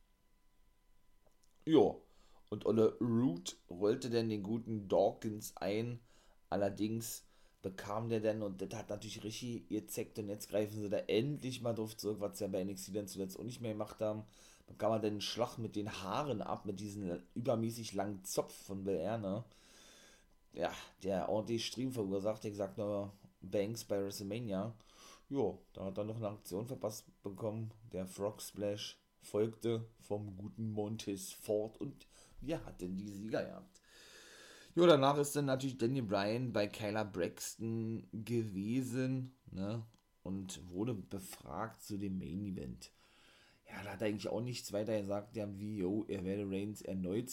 Jo. Und Olle Root rollte dann den guten Dawkins ein. Allerdings bekam der dann, und das hat natürlich richtig gezeckt, und jetzt greifen sie da endlich mal drauf zurück, was sie ja bei NXT dann zuletzt auch nicht mehr gemacht haben. Bekam er dann einen Schlag mit den Haaren ab, mit diesem übermäßig langen Zopf von Belair, ne? Ja, der ordentlich Stream verursacht, der gesagt nur Banks bei WrestleMania. Jo, da hat er noch eine Aktion verpasst bekommen. Der Frog Splash folgte vom guten Montez Ford, und wir hatten die Sieger gehabt. Jo, danach ist dann natürlich Daniel Bryan bei Kyla Braxton gewesen, ne? Und wurde befragt zu dem Main Event. Ja, da hat er eigentlich auch nichts weiter gesagt, ja, wie, jo, er werde Reigns erneut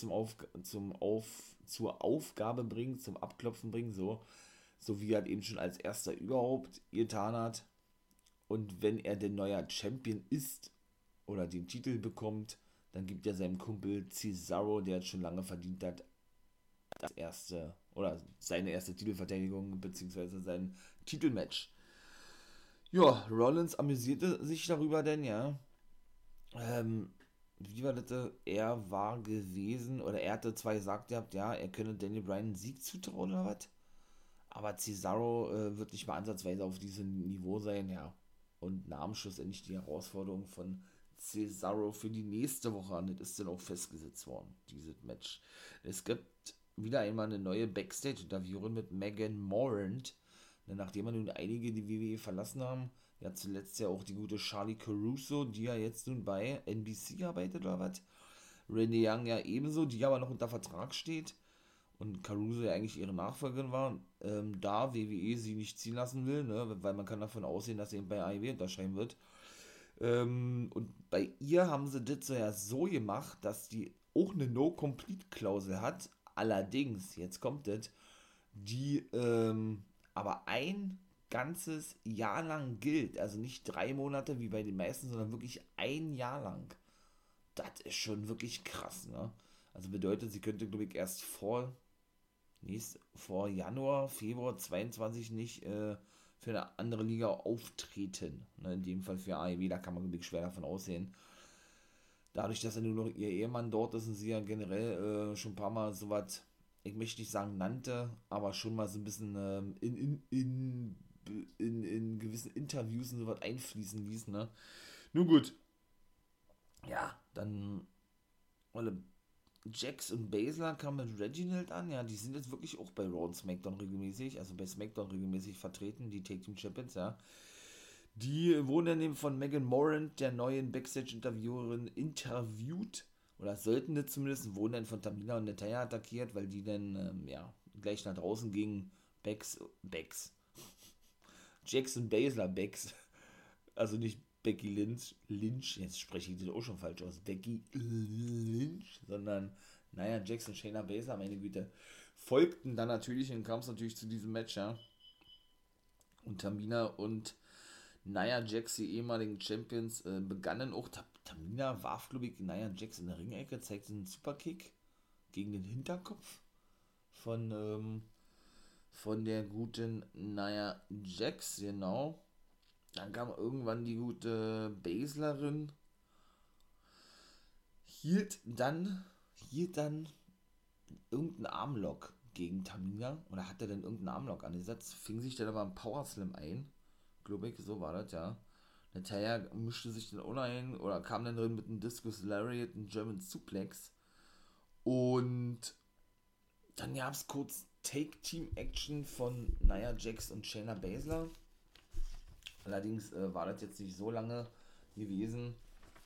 zur Aufgabe bringen, zum Abklopfen bringen, so wie er halt eben schon als erster überhaupt getan hat. Und wenn er der neuer Champion ist oder den Titel bekommt, dann gibt er seinem Kumpel Cesaro, der jetzt schon lange verdient hat, das erste oder seine erste Titelverteidigung bzw. sein Titelmatch. Ja, Rollins amüsierte sich darüber denn, ja. Wie war das? Er war gewesen, oder er hatte zwar gesagt gehabt, ja, er könne Daniel Bryan einen Sieg zutrauen oder was, aber Cesaro wird nicht mal ansatzweise auf diesem Niveau sein, ja. Und nahm schlussendlich die Herausforderung von Cesaro für die nächste Woche an. Das ist dann auch festgesetzt worden, dieses Match. Es gibt wieder einmal eine neue Backstage-Interviewerin mit Megan Morant. Nachdem nun einige die WWE verlassen haben, ja zuletzt ja auch die gute Charlie Caruso, die ja jetzt nun bei NBC arbeitet oder was. Renee Young ja ebenso, die aber noch unter Vertrag steht. Und Caruso ja eigentlich ihre Nachfolgerin war, da WWE sie nicht ziehen lassen will, ne, weil man kann davon ausgehen, dass sie eben bei AEW unterschreiben wird. Und bei ihr haben sie das so ja so gemacht, dass die auch eine No-Complete-Klausel hat. Allerdings, jetzt kommt das, die aber ein ganzes Jahr lang gilt. Also nicht 3 Monate wie bei den meisten, sondern wirklich ein Jahr lang. Das ist schon wirklich krass, ne? Also bedeutet, sie könnte, glaube ich, erst vor Januar, Februar 22 nicht für eine andere Liga auftreten. Ne? In dem Fall für AEW, da kann man wirklich schwer davon aussehen. Dadurch, dass er nur noch ihr Ehemann dort ist und sie ja generell schon ein paar Mal so was, ich möchte nicht sagen nannte, aber schon mal so ein bisschen in gewissen Interviews und so was einfließen ließ. Ne? Nun gut, ja, dann alle Jax und Baszler kamen mit Reginald an, ja, die sind jetzt wirklich auch bei Raw und SmackDown regelmäßig, also bei SmackDown regelmäßig vertreten, die Take Team Champions, ja. Die wurden dann eben von Megan Morant, der neuen Backstage-Interviewerin, interviewt, oder sollten das zumindest, wurden dann von Tamina und Natalya attackiert, weil die dann, gleich nach draußen gingen, Jax und Baszler, also nicht Becky Lynch, jetzt spreche ich das auch schon falsch aus, Becky Lynch, sondern, naja, Jax und Shayna Baszler, meine Güte, folgten dann natürlich und kam es natürlich zu diesem Match, ja. Und Tamina und Nia Jax, die ehemaligen Champions, begannen auch, Tamina warf, glaube ich, Nia Jax in der Ringecke, zeigte einen Superkick gegen den Hinterkopf von der guten Nia Jax, genau. Dann kam irgendwann die gute Baszlerin, hielt dann irgendeinen Armlock gegen Tamina, oder hatte dann irgendeinen Armlock angesetzt, fing sich dann aber ein Powerslam ein, glaube ich, so war das, ja. Natalya mischte sich dann auch ein, oder kam dann drin mit einem Discus Lariat, einem German Suplex, und dann gab es kurz Take-Team-Action von Nia Jax und Shayna Baszler. Allerdings war das jetzt nicht so lange gewesen,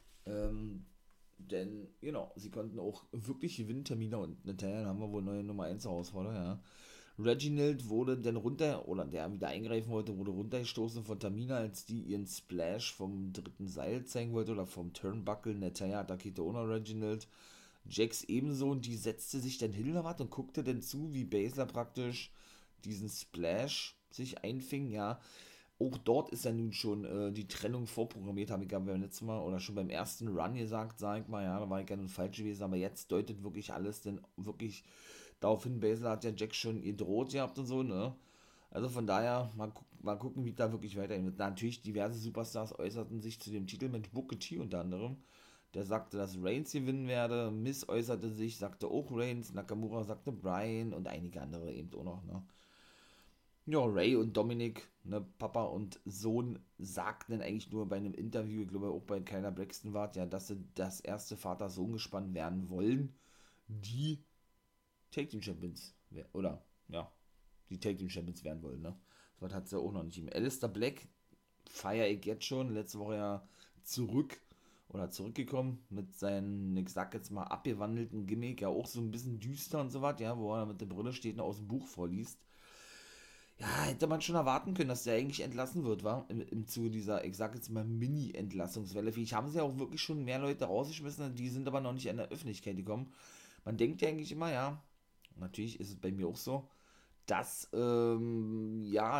denn, genau, sie konnten auch wirklich gewinnen, Tamina und Natalya, dann haben wir wohl neue Nummer 1 Herausforderer, ja. Reginald wurde dann der wieder eingreifen wollte, wurde runtergestoßen von Tamina, als die ihren Splash vom dritten Seil zeigen wollte oder vom Turnbuckle. Natalya attackierte auch noch Reginald. Jax ebenso, und die setzte sich dann hin und guckte dann zu, wie Baszler praktisch diesen Splash sich einfing, ja. Auch dort ist ja nun schon die Trennung vorprogrammiert, habe ich ja beim letzten Mal oder schon beim ersten Run gesagt, sag ich mal, ja, da war ich ja nun falsch gewesen, aber jetzt deutet wirklich alles denn wirklich daraufhin. Baszler hat ja Jack schon gedroht gehabt und so, ne. Also von daher, mal gucken, wie da wirklich weitergeht. Natürlich, diverse Superstars äußerten sich zu dem Titel, mit Booker T unter anderem. Der sagte, dass Reigns gewinnen werde. Miz äußerte sich, sagte auch Reigns. Nakamura sagte Bryan und einige andere eben auch noch, ne. Ja, Ray und Dominic, ne, Papa und Sohn, sagten dann eigentlich nur bei einem Interview, ich glaube auch bei Kyla Braxton war, ja, dass sie das erste Vater-Sohn-Gespann werden wollen, die Tag Team Champions, oder, ja, die Tag Team Champions werden wollen, ne. Das hat sie auch noch nicht. Alistair Black feiere ich jetzt schon, letzte Woche ja zurückgekommen mit seinen, ich sag jetzt mal, abgewandelten Gimmick, ja auch so ein bisschen düster und so was, ja, wo er mit der Brille steht und aus dem Buch vorliest. Ja, hätte man schon erwarten können, dass der eigentlich entlassen wird, war im Zuge dieser, ich sag jetzt mal, Mini-Entlassungswelle. Vielleicht haben sie ja auch wirklich schon mehr Leute rausgeschmissen, die sind aber noch nicht in der Öffentlichkeit gekommen. Man denkt ja eigentlich immer, ja, natürlich ist es bei mir auch so, dass, ja,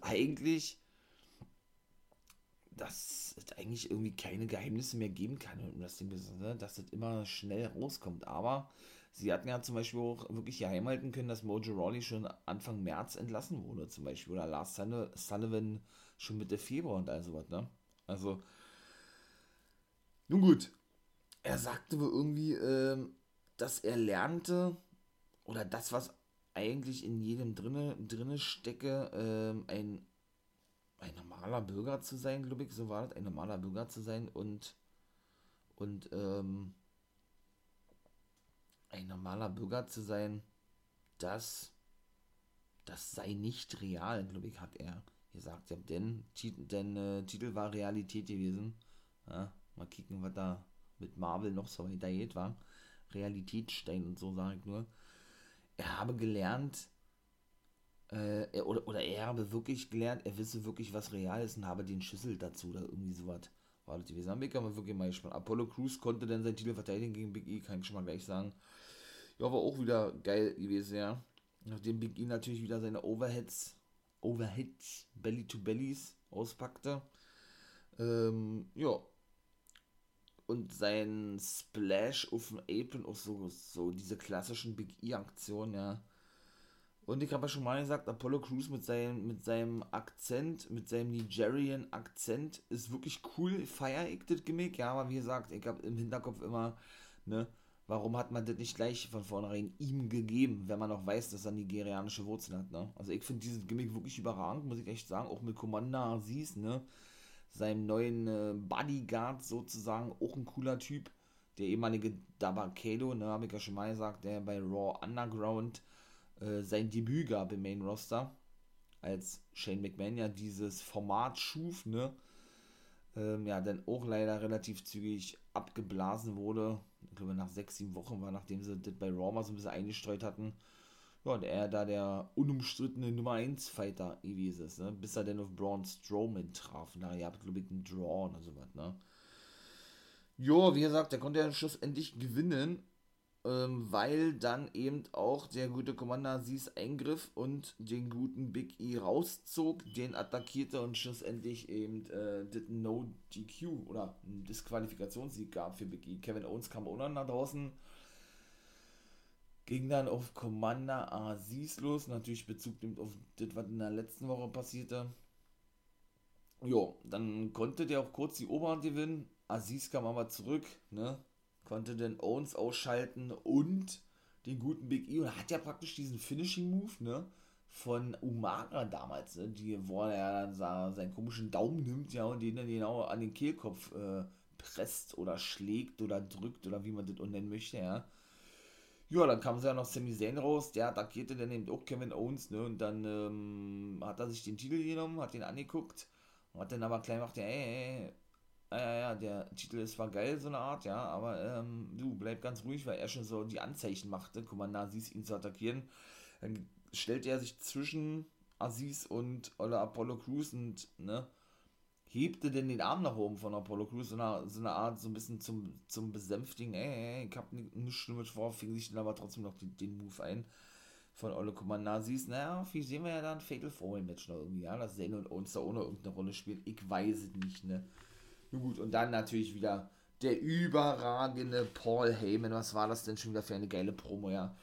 dass es eigentlich irgendwie keine Geheimnisse mehr geben kann im Wrestling-Business, ne? Dass das immer schnell rauskommt. Aber sie hatten ja zum Beispiel auch wirklich geheim halten können, dass Mojo Rawley schon Anfang März entlassen wurde, zum Beispiel. Oder Lars Sullivan schon Mitte Februar und all sowas, ne? Also, nun gut. Er sagte wohl irgendwie, dass er lernte, oder das, was eigentlich in jedem drinne stecke, ein normaler Bürger zu sein, glaube ich, so war das, ein normaler Bürger zu sein und ein normaler Bürger zu sein, das, das sei nicht real, glaube ich, hat er gesagt. Ja, denn Titel war Realität gewesen. Ja, mal kicken, was da mit Marvel noch so weiter geht, war. Realitätsstein und so, sage ich nur. Er habe gelernt, er habe wirklich gelernt, er wisse wirklich, was real ist und habe den Schlüssel dazu oder irgendwie sowas. War das gewesen. Am aber wirklich mal gespannt. Apollo Crews konnte dann seinen Titel verteidigen gegen Big E, kann ich schon mal gleich sagen. Ja, war auch wieder geil gewesen, ja. Nachdem Big E natürlich wieder seine Overheads, Belly-to-Bellies auspackte. Ja. Und sein Splash auf dem Apron, auch so diese klassischen Big E-Aktionen, ja. Und ich habe ja schon mal gesagt, Apollo Crews mit seinem Akzent, mit seinem Nigerian Akzent ist wirklich cool, feier ich das Gimmick, ja, aber wie gesagt, ich habe im Hinterkopf immer, ne, warum hat man das nicht gleich von vornherein ihm gegeben, wenn man auch weiß, dass er nigerianische Wurzeln hat, ne? Also ich finde dieses Gimmick wirklich überragend, muss ich echt sagen, auch mit Commander Aziz, ne, seinem neuen Bodyguard sozusagen, auch ein cooler Typ, der ehemalige Dabakelo, ne, habe ich ja schon mal gesagt, der bei Raw Underground sein Debüt gab im Main Roster, als Shane McMahon ja dieses Format schuf, ne, ja, dann auch leider relativ zügig abgeblasen wurde. Ich glaube, nach 6-7 Wochen war, nachdem sie das bei Raw mal so ein bisschen eingestreut hatten. Ja, und er da der unumstrittene Nummer 1 Fighter gewesen ist, ne, bis er dann auf Braun Strowman traf. Na, ihr habt, glaube ich, einen Draw oder sowas, ne. Jo, wie gesagt, der konnte ja schlussendlich gewinnen, weil dann eben auch der gute Commander Aziz eingriff und den guten Big E rauszog, den attackierte und schlussendlich eben den No DQ oder einen Disqualifikationssieg gab für Big E. Kevin Owens kam auch noch nach draußen, ging dann auf Commander Aziz los, natürlich Bezug nimmt auf das, was in der letzten Woche passierte. Jo, dann konnte der auch kurz die Oberhand gewinnen. Aziz kam aber zurück, ne? Konnte den Owens ausschalten und den guten Big E. Und er hat ja praktisch diesen Finishing Move, ne? Von Umaga damals, ne? Wo er dann seinen komischen Daumen nimmt, ja, und den dann genau an den Kehlkopf presst oder schlägt oder drückt oder wie man das nennen möchte, ja. Ja, dann kam ja noch Sami Zayn raus, der attackierte dann eben auch Kevin Owens, ne? Und dann hat er sich den Titel genommen, hat den angeguckt und hat dann aber gleich gemacht, ja, ja, der Titel ist zwar geil, so eine Art, ja, aber du, bleib ganz ruhig, weil er schon so die Anzeichen machte, Commander Aziz ihn zu attackieren. Dann stellt er sich zwischen Aziz und oder Apollo Crews und, ne, hebte denn den Arm nach oben von Apollo Crews, so eine Art, so ein bisschen zum Besänftigen, ich hab nichts Schlimmes vor, fing sich dann aber trotzdem noch den Move ein von Ole Kommandasis. Naja, wie sehen wir ja dann Fatal 4-Way-Match noch irgendwie, ja, dass Zayn und Owens da ohne irgendeine Rolle spielt. Ich weiß es nicht, ne. Nun gut, und dann natürlich wieder der überragende Paul Heyman. Was war das denn schon wieder für eine geile Promo, ja.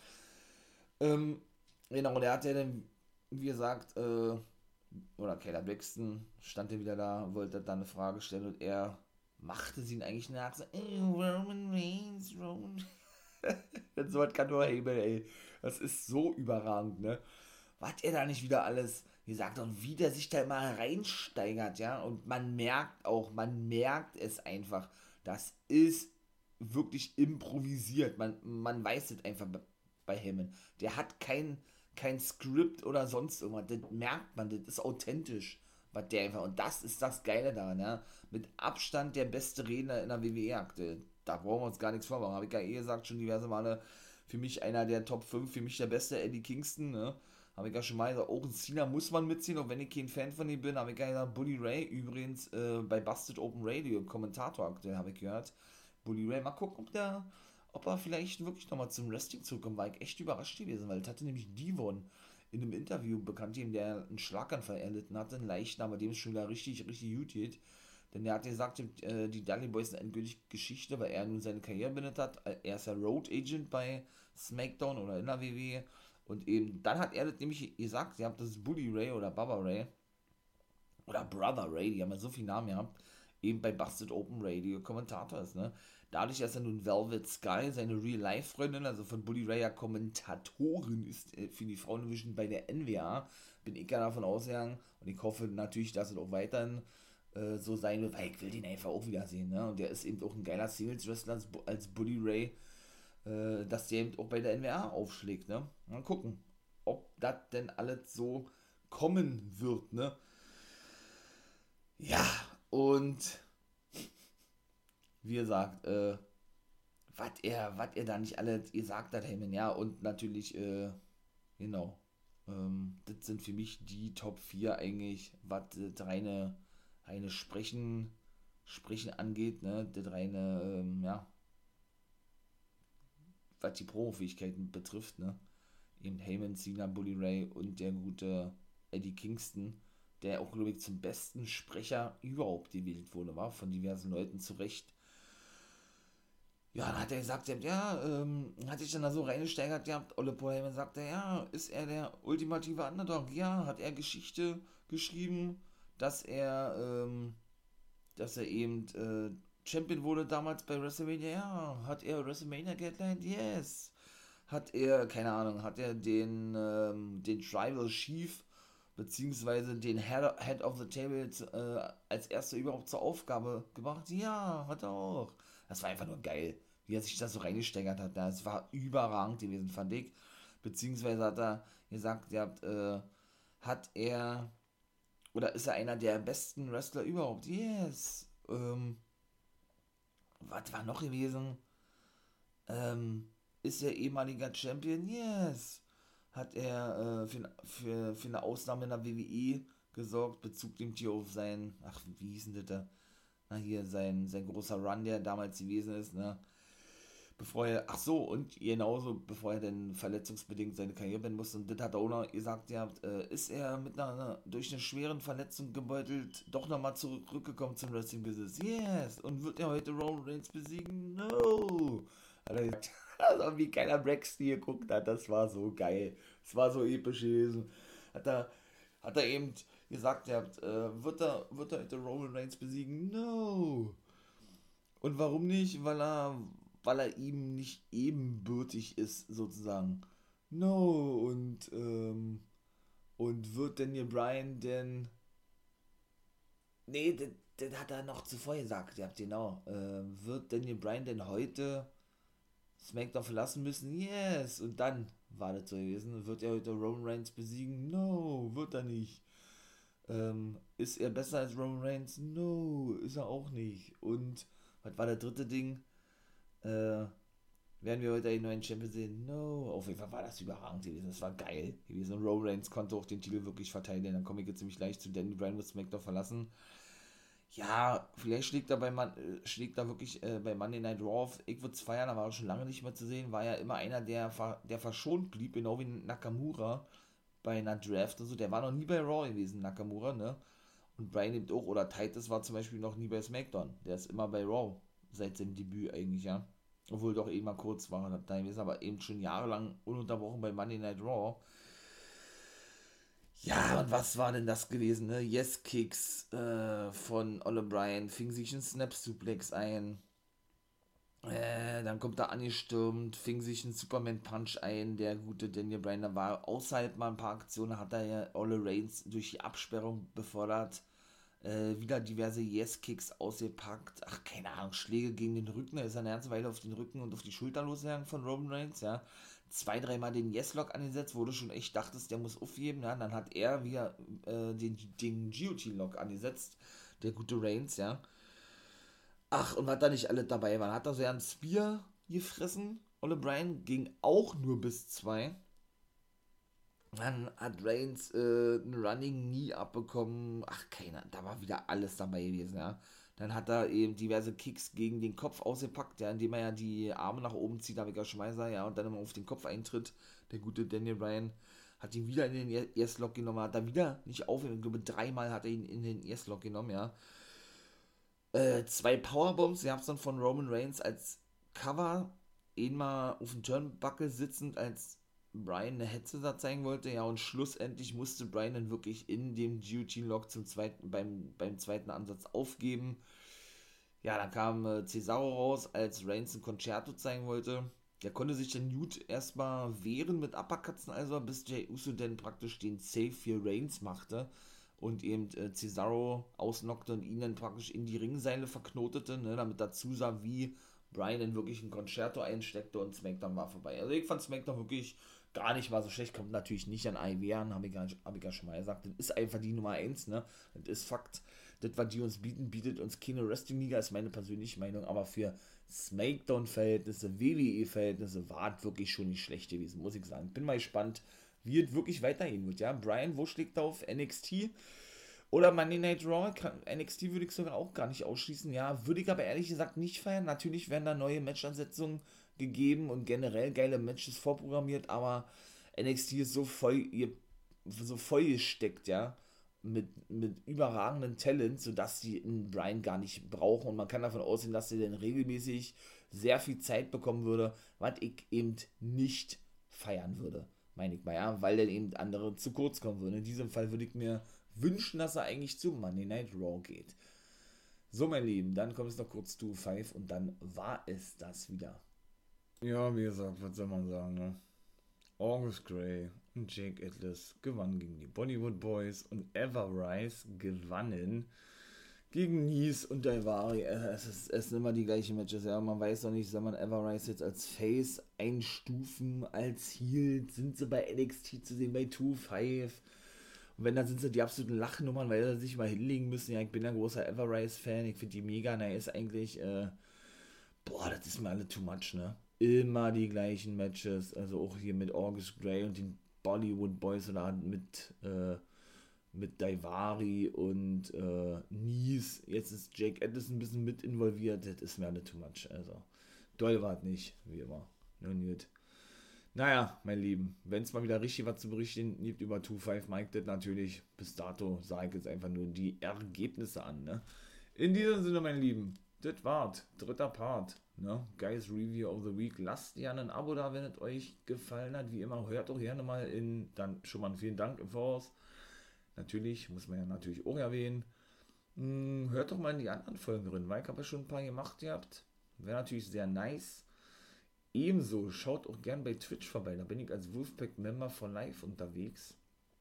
Genau, der hat ja dann, wie gesagt, oder Kayla Braxton stand ja wieder da, wollte dann eine Frage stellen und er machte sie ihn eigentlich nach, so, Roman Reigns, Roman. So was kann nur Heyman, ey. Das ist so überragend, ne? Was er da nicht wieder alles gesagt und wie der sich da immer reinsteigert, ja. Und man merkt es einfach. Das ist wirklich improvisiert. Man weiß es einfach bei Heyman. Der hat kein Skript oder sonst irgendwas. Das merkt man, das ist authentisch. Was der einfach, und das ist das Geile daran, ja. Mit Abstand der beste Redner in der WWE-Akte. Da brauchen wir uns gar nichts vormachen. Habe ich ja gesagt, schon diverse Male. Für mich einer der Top 5, für mich der beste Eddie Kingston, ne? Habe ich ja schon mal gesagt, auch in Cena muss man mitziehen, auch wenn ich kein Fan von ihm bin. Habe ich ja gesagt, Bully Ray übrigens bei Busted Open Radio, Kommentator aktuell, habe ich gehört. Bully Ray, mal gucken, ob er vielleicht wirklich nochmal zum Wrestling zurückkommt. War ich echt überrascht gewesen, weil das hatte nämlich Devon in einem Interview bekannt, der einen Schlaganfall erlitten hatte, einen leichten, aber dem es schon wieder richtig, richtig gut geht. Denn er hat gesagt, die Dudley Boys sind endgültig Geschichte, weil er nun seine Karriere beendet hat. Er ist ja Road Agent bei SmackDown oder in der WWE. Und eben, dann hat er das nämlich gesagt, ihr habt das Bully Ray oder Baba Ray oder Brother Ray, die haben ja so viele Namen gehabt, eben bei Busted Open Radio Kommentator ist, ne? Dadurch, dass er nun Velvet Sky, seine Real-Life-Freundin, also von Bully Ray ja Kommentatorin ist für die Frauendivision bei der NWA, bin ich ja davon ausgegangen und ich hoffe natürlich, dass es auch weiterhin so sein wird, weil ich will den einfach auch wiedersehen, ne? Und der ist eben auch ein geiler Singles-Wrestler als Bully Ray, dass der eben auch bei der NWA aufschlägt, ne? Mal gucken, ob das denn alles so kommen wird, ne? Ja, und wie gesagt, was er da nicht alles gesagt hat, Heyman, ja, und natürlich, genau, das sind für mich die Top 4 eigentlich, was das reine Sprechen angeht, ne, das reine, ja, was die Promo-Fähigkeiten betrifft, ne, eben Heyman, Cena, Bully Ray und der gute Eddie Kingston, der auch, glaube ich, zum besten Sprecher überhaupt gewählt wurde, war von diversen Leuten zu Recht. Ja, dann hat er gesagt, ja, hat sich dann da so reingesteigert, ja, Ole Paul Heyman sagte, ja, ist er der ultimative Underdog? Ja, hat er Geschichte geschrieben, dass er eben Champion wurde damals bei WrestleMania? Ja, hat er WrestleMania geheadlined? Yes. Hat er, keine Ahnung, hat er den Tribal Chief beziehungsweise den Head of the Table als erster überhaupt zur Aufgabe gebracht? Ja, hat er auch. Das war einfach nur geil, wie er sich das so reingesteigert hat. Das war überragend gewesen, fand ich. Beziehungsweise hat er gesagt, hat er, oder ist er einer der besten Wrestler überhaupt? Yes. Was war noch gewesen? Ist er ehemaliger Champion? Yes. Hat er für eine Ausnahme in der WWE gesorgt, Bezug nimmt hier auf wie hieß denn das da? Na hier, sein großer Run, der damals gewesen ist, ne? Bevor er dann verletzungsbedingt seine Karriere beenden musste, und das hat er auch noch gesagt, ist er durch eine schweren Verletzung gebeutelt doch nochmal zurückgekommen zum Wrestling-Business? Yes! Und wird er heute Roman Reigns besiegen? No! Hat er gesagt, also wie keiner Braxton hier geguckt hat, das war so geil. Das war so episch gewesen. Hat er eben gesagt, wird er heute Roman Reigns besiegen? No! Und warum nicht? Weil er ihm nicht ebenbürtig ist, sozusagen. No, und wird Daniel Bryan denn. Nee, das hat er noch zuvor gesagt, genau. Wird Daniel Bryan denn heute SmackDown verlassen müssen? Yes! Und dann war das so gewesen. Wird er heute Roman Reigns besiegen? No, wird er nicht. Ist er besser als Roman Reigns? No, ist er auch nicht. Und was war der dritte Ding? werden wir heute einen neuen Champion sehen? No. Auf jeden Fall war das überragend gewesen. Das war geil gewesen. Und Roman Reigns konnte auch den Titel wirklich verteidigen. Dann komme ich jetzt ziemlich leicht zu Daniel Bryan, wird SmackDown verlassen. Ja, vielleicht schlägt er wirklich bei Monday Night Raw auf. Ich würde es feiern, da war er schon lange nicht mehr zu sehen. War ja immer einer, der verschont blieb, genau wie Nakamura bei einer Draft und so. Der war noch nie bei Raw gewesen, Nakamura, ne? Und Bryan eben auch. Oder Titus war zum Beispiel noch nie bei SmackDown. Der ist immer bei Raw. Seit seinem Debüt eigentlich, ja. Obwohl doch eben mal kurz war da gewesen, aber eben schon jahrelang ununterbrochen bei Monday Night Raw. Ja, und was war denn das gewesen, ne? Yes-Kicks von Ole Bryan, fing sich ein Snap-Suplex ein. Dann kommt er angestürmt, fing sich ein Superman-Punch ein, der gute Daniel Bryan. Da war außerhalb mal ein paar Aktionen, hat er ja Ole Reigns durch die Absperrung befördert. Wieder diverse Yes-Kicks ausgepackt. Ach, keine Ahnung, Schläge gegen den Rücken. Da ist er eine ganze Weile auf den Rücken und auf die Schulter losgegangen von Roman Reigns, ja. 2-3 Mal den Yes-Lock angesetzt, wo du schon echt dachtest, der muss aufheben, ja. Dann hat er wieder den GOT-Lock angesetzt, der gute Reigns, ja. Ach, und was da nicht alle dabei waren. Hat er so ja ein Spear gefressen. Ole Bryan ging auch nur bis 2. Dann hat Reigns ein Running Knee abbekommen. Ach, keiner, da war wieder alles dabei gewesen, ja. Dann hat er eben diverse Kicks gegen den Kopf ausgepackt, ja, indem er ja die Arme nach oben zieht, habe ich ja Schmeißer, ja, und dann immer auf den Kopf eintritt. Der gute Daniel Bryan hat ihn wieder in den Erslock genommen, hat er wieder nicht aufgehört. Ich glaube, 3-mal hat er ihn in den Erslock genommen, ja. 2 Powerbombs, ihr habt es dann von Roman Reigns als Cover, einmal auf dem Turnbuckle sitzend, als Bryan eine Hetze da zeigen wollte, ja, und schlussendlich musste Bryan dann wirklich in dem GOT-Lock beim zweiten Ansatz aufgeben. Ja, dann kam Cesaro raus, als Reigns ein Concerto zeigen wollte. Der konnte sich dann Newt erstmal wehren mit Uppercutzen, also bis Jey Uso dann praktisch den Save für Reigns machte und eben Cesaro ausnockte und ihn dann praktisch in die Ringseile verknotete, ne, damit er zusah, wie Bryan dann wirklich ein Concerto einsteckte und SmackDown war vorbei. Also ich fand SmackDown wirklich gar nicht mal so schlecht, kommt natürlich nicht an AEW an, habe ich ja schon mal gesagt, das ist einfach die Nummer 1, ne, das ist Fakt, das, was die uns bieten, bietet uns keine Wrestling-Liga, ist meine persönliche Meinung, aber für SmackDown-Verhältnisse, WWE-Verhältnisse war es wirklich schon nicht schlecht gewesen, muss ich sagen. Bin mal gespannt, wie es wirklich weitergehen wird, ja, Bryan, wo schlägt er auf? NXT? Oder Monday Night Raw, NXT würde ich sogar auch gar nicht ausschließen, ja, würde ich aber ehrlich gesagt nicht feiern. Natürlich werden da neue Matchansetzungen gegeben und generell geile Matches vorprogrammiert, aber NXT ist so voll gesteckt, ja, mit überragenden Talent, sodass sie einen Bryan gar nicht brauchen und man kann davon ausgehen, dass sie dann regelmäßig sehr viel Zeit bekommen würde, was ich eben nicht feiern würde, meine ich mal, ja, weil dann eben andere zu kurz kommen würden. In diesem Fall würde ich mir wünschen, dass er eigentlich zu Monday Night Raw geht. So, mein Lieben, dann kommt es noch kurz zu 5 und dann war es das wieder. Ja, wie gesagt, was soll man sagen, ne? August Grey und Jake Atlas gewannen gegen die Bollywood Boys und Ever-Rise gewannen gegen Nice und Daivari. Es sind immer die gleichen Matches, ja. Man weiß doch nicht, soll man Ever-Rise jetzt als Face einstufen, als Heel, sind sie bei NXT zu sehen, bei 2-5. Und wenn, dann sind sie die absoluten Lachnummern, weil sie sich mal hinlegen müssen. Ja, ich bin ein großer Ever-Rise-Fan, ich finde die mega nice eigentlich. Das ist mir alle too much, ne? Immer die gleichen Matches, also auch hier mit August Grey und den Bollywood Boys oder mit Daivari und Nice. Jetzt ist Jake Atlas ein bisschen mit involviert, das ist mir alle too much, also doll war es nicht, wie immer. Nur gut. Naja, mein Lieben, wenn es mal wieder richtig was zu berichten gibt über 2-5 Mike, das natürlich, bis dato sage ich jetzt einfach nur die Ergebnisse an, ne? In diesem Sinne, mein Lieben, das war's, 3. Part, ne? Guys Review of the Week. Lasst gerne ein Abo da, wenn es euch gefallen hat, wie immer, hört doch gerne mal dann schon mal vielen Dank im Voraus. Natürlich, muss man ja natürlich auch erwähnen. Hört doch mal in die anderen Folgen drin, weil ich habe ja schon ein paar gemacht gehabt. Wäre natürlich sehr nice. Ebenso, schaut auch gern bei Twitch vorbei, da bin ich als Wolfpack-Member for Life unterwegs.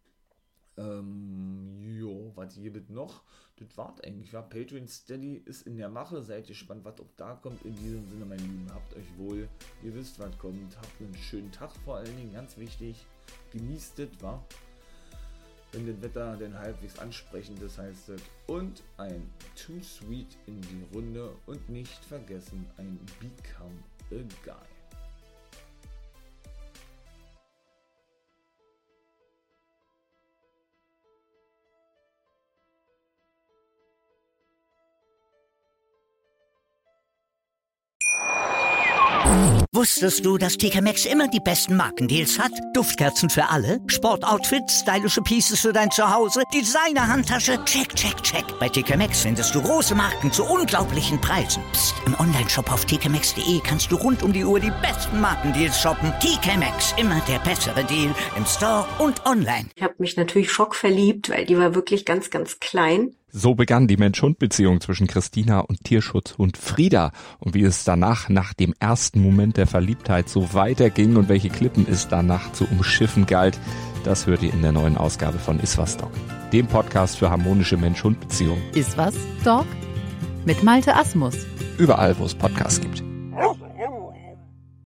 Was hier wird noch? Das war's eigentlich, ja. Patreon Steady ist in der Mache, seid gespannt, was auch da kommt. In diesem Sinne, meine Lieben, habt euch wohl, ihr wisst, was kommt, habt einen schönen Tag vor allen Dingen, ganz wichtig, genießt es, wa? Wenn das Wetter denn halbwegs ansprechend ist, heißt es, und ein Too Sweet in die Runde und nicht vergessen, ein Become a Guy. Wusstest du, dass TK Maxx immer die besten Markendeals hat? Duftkerzen für alle, Sportoutfits, stylische Pieces für dein Zuhause, Designer-Handtasche, check, check, check. Bei TK Maxx findest du große Marken zu unglaublichen Preisen. Psst. Im Onlineshop auf tkmaxx.de kannst du rund um die Uhr die besten Markendeals shoppen. TK Maxx, immer der bessere Deal im Store und online. Ich habe mich natürlich schockverliebt, weil die war wirklich ganz, ganz klein. So begann die Mensch-Hund-Beziehung zwischen Christina und Tierschutzhund Frieda. Und wie es danach, nach dem ersten Moment der Verliebtheit, so weiterging und welche Klippen es danach zu umschiffen galt, das hört ihr in der neuen Ausgabe von Iswas Dog, dem Podcast für harmonische Mensch-Hund-Beziehungen. Iswas Dog? Mit Malte Asmus. Überall, wo es Podcasts gibt.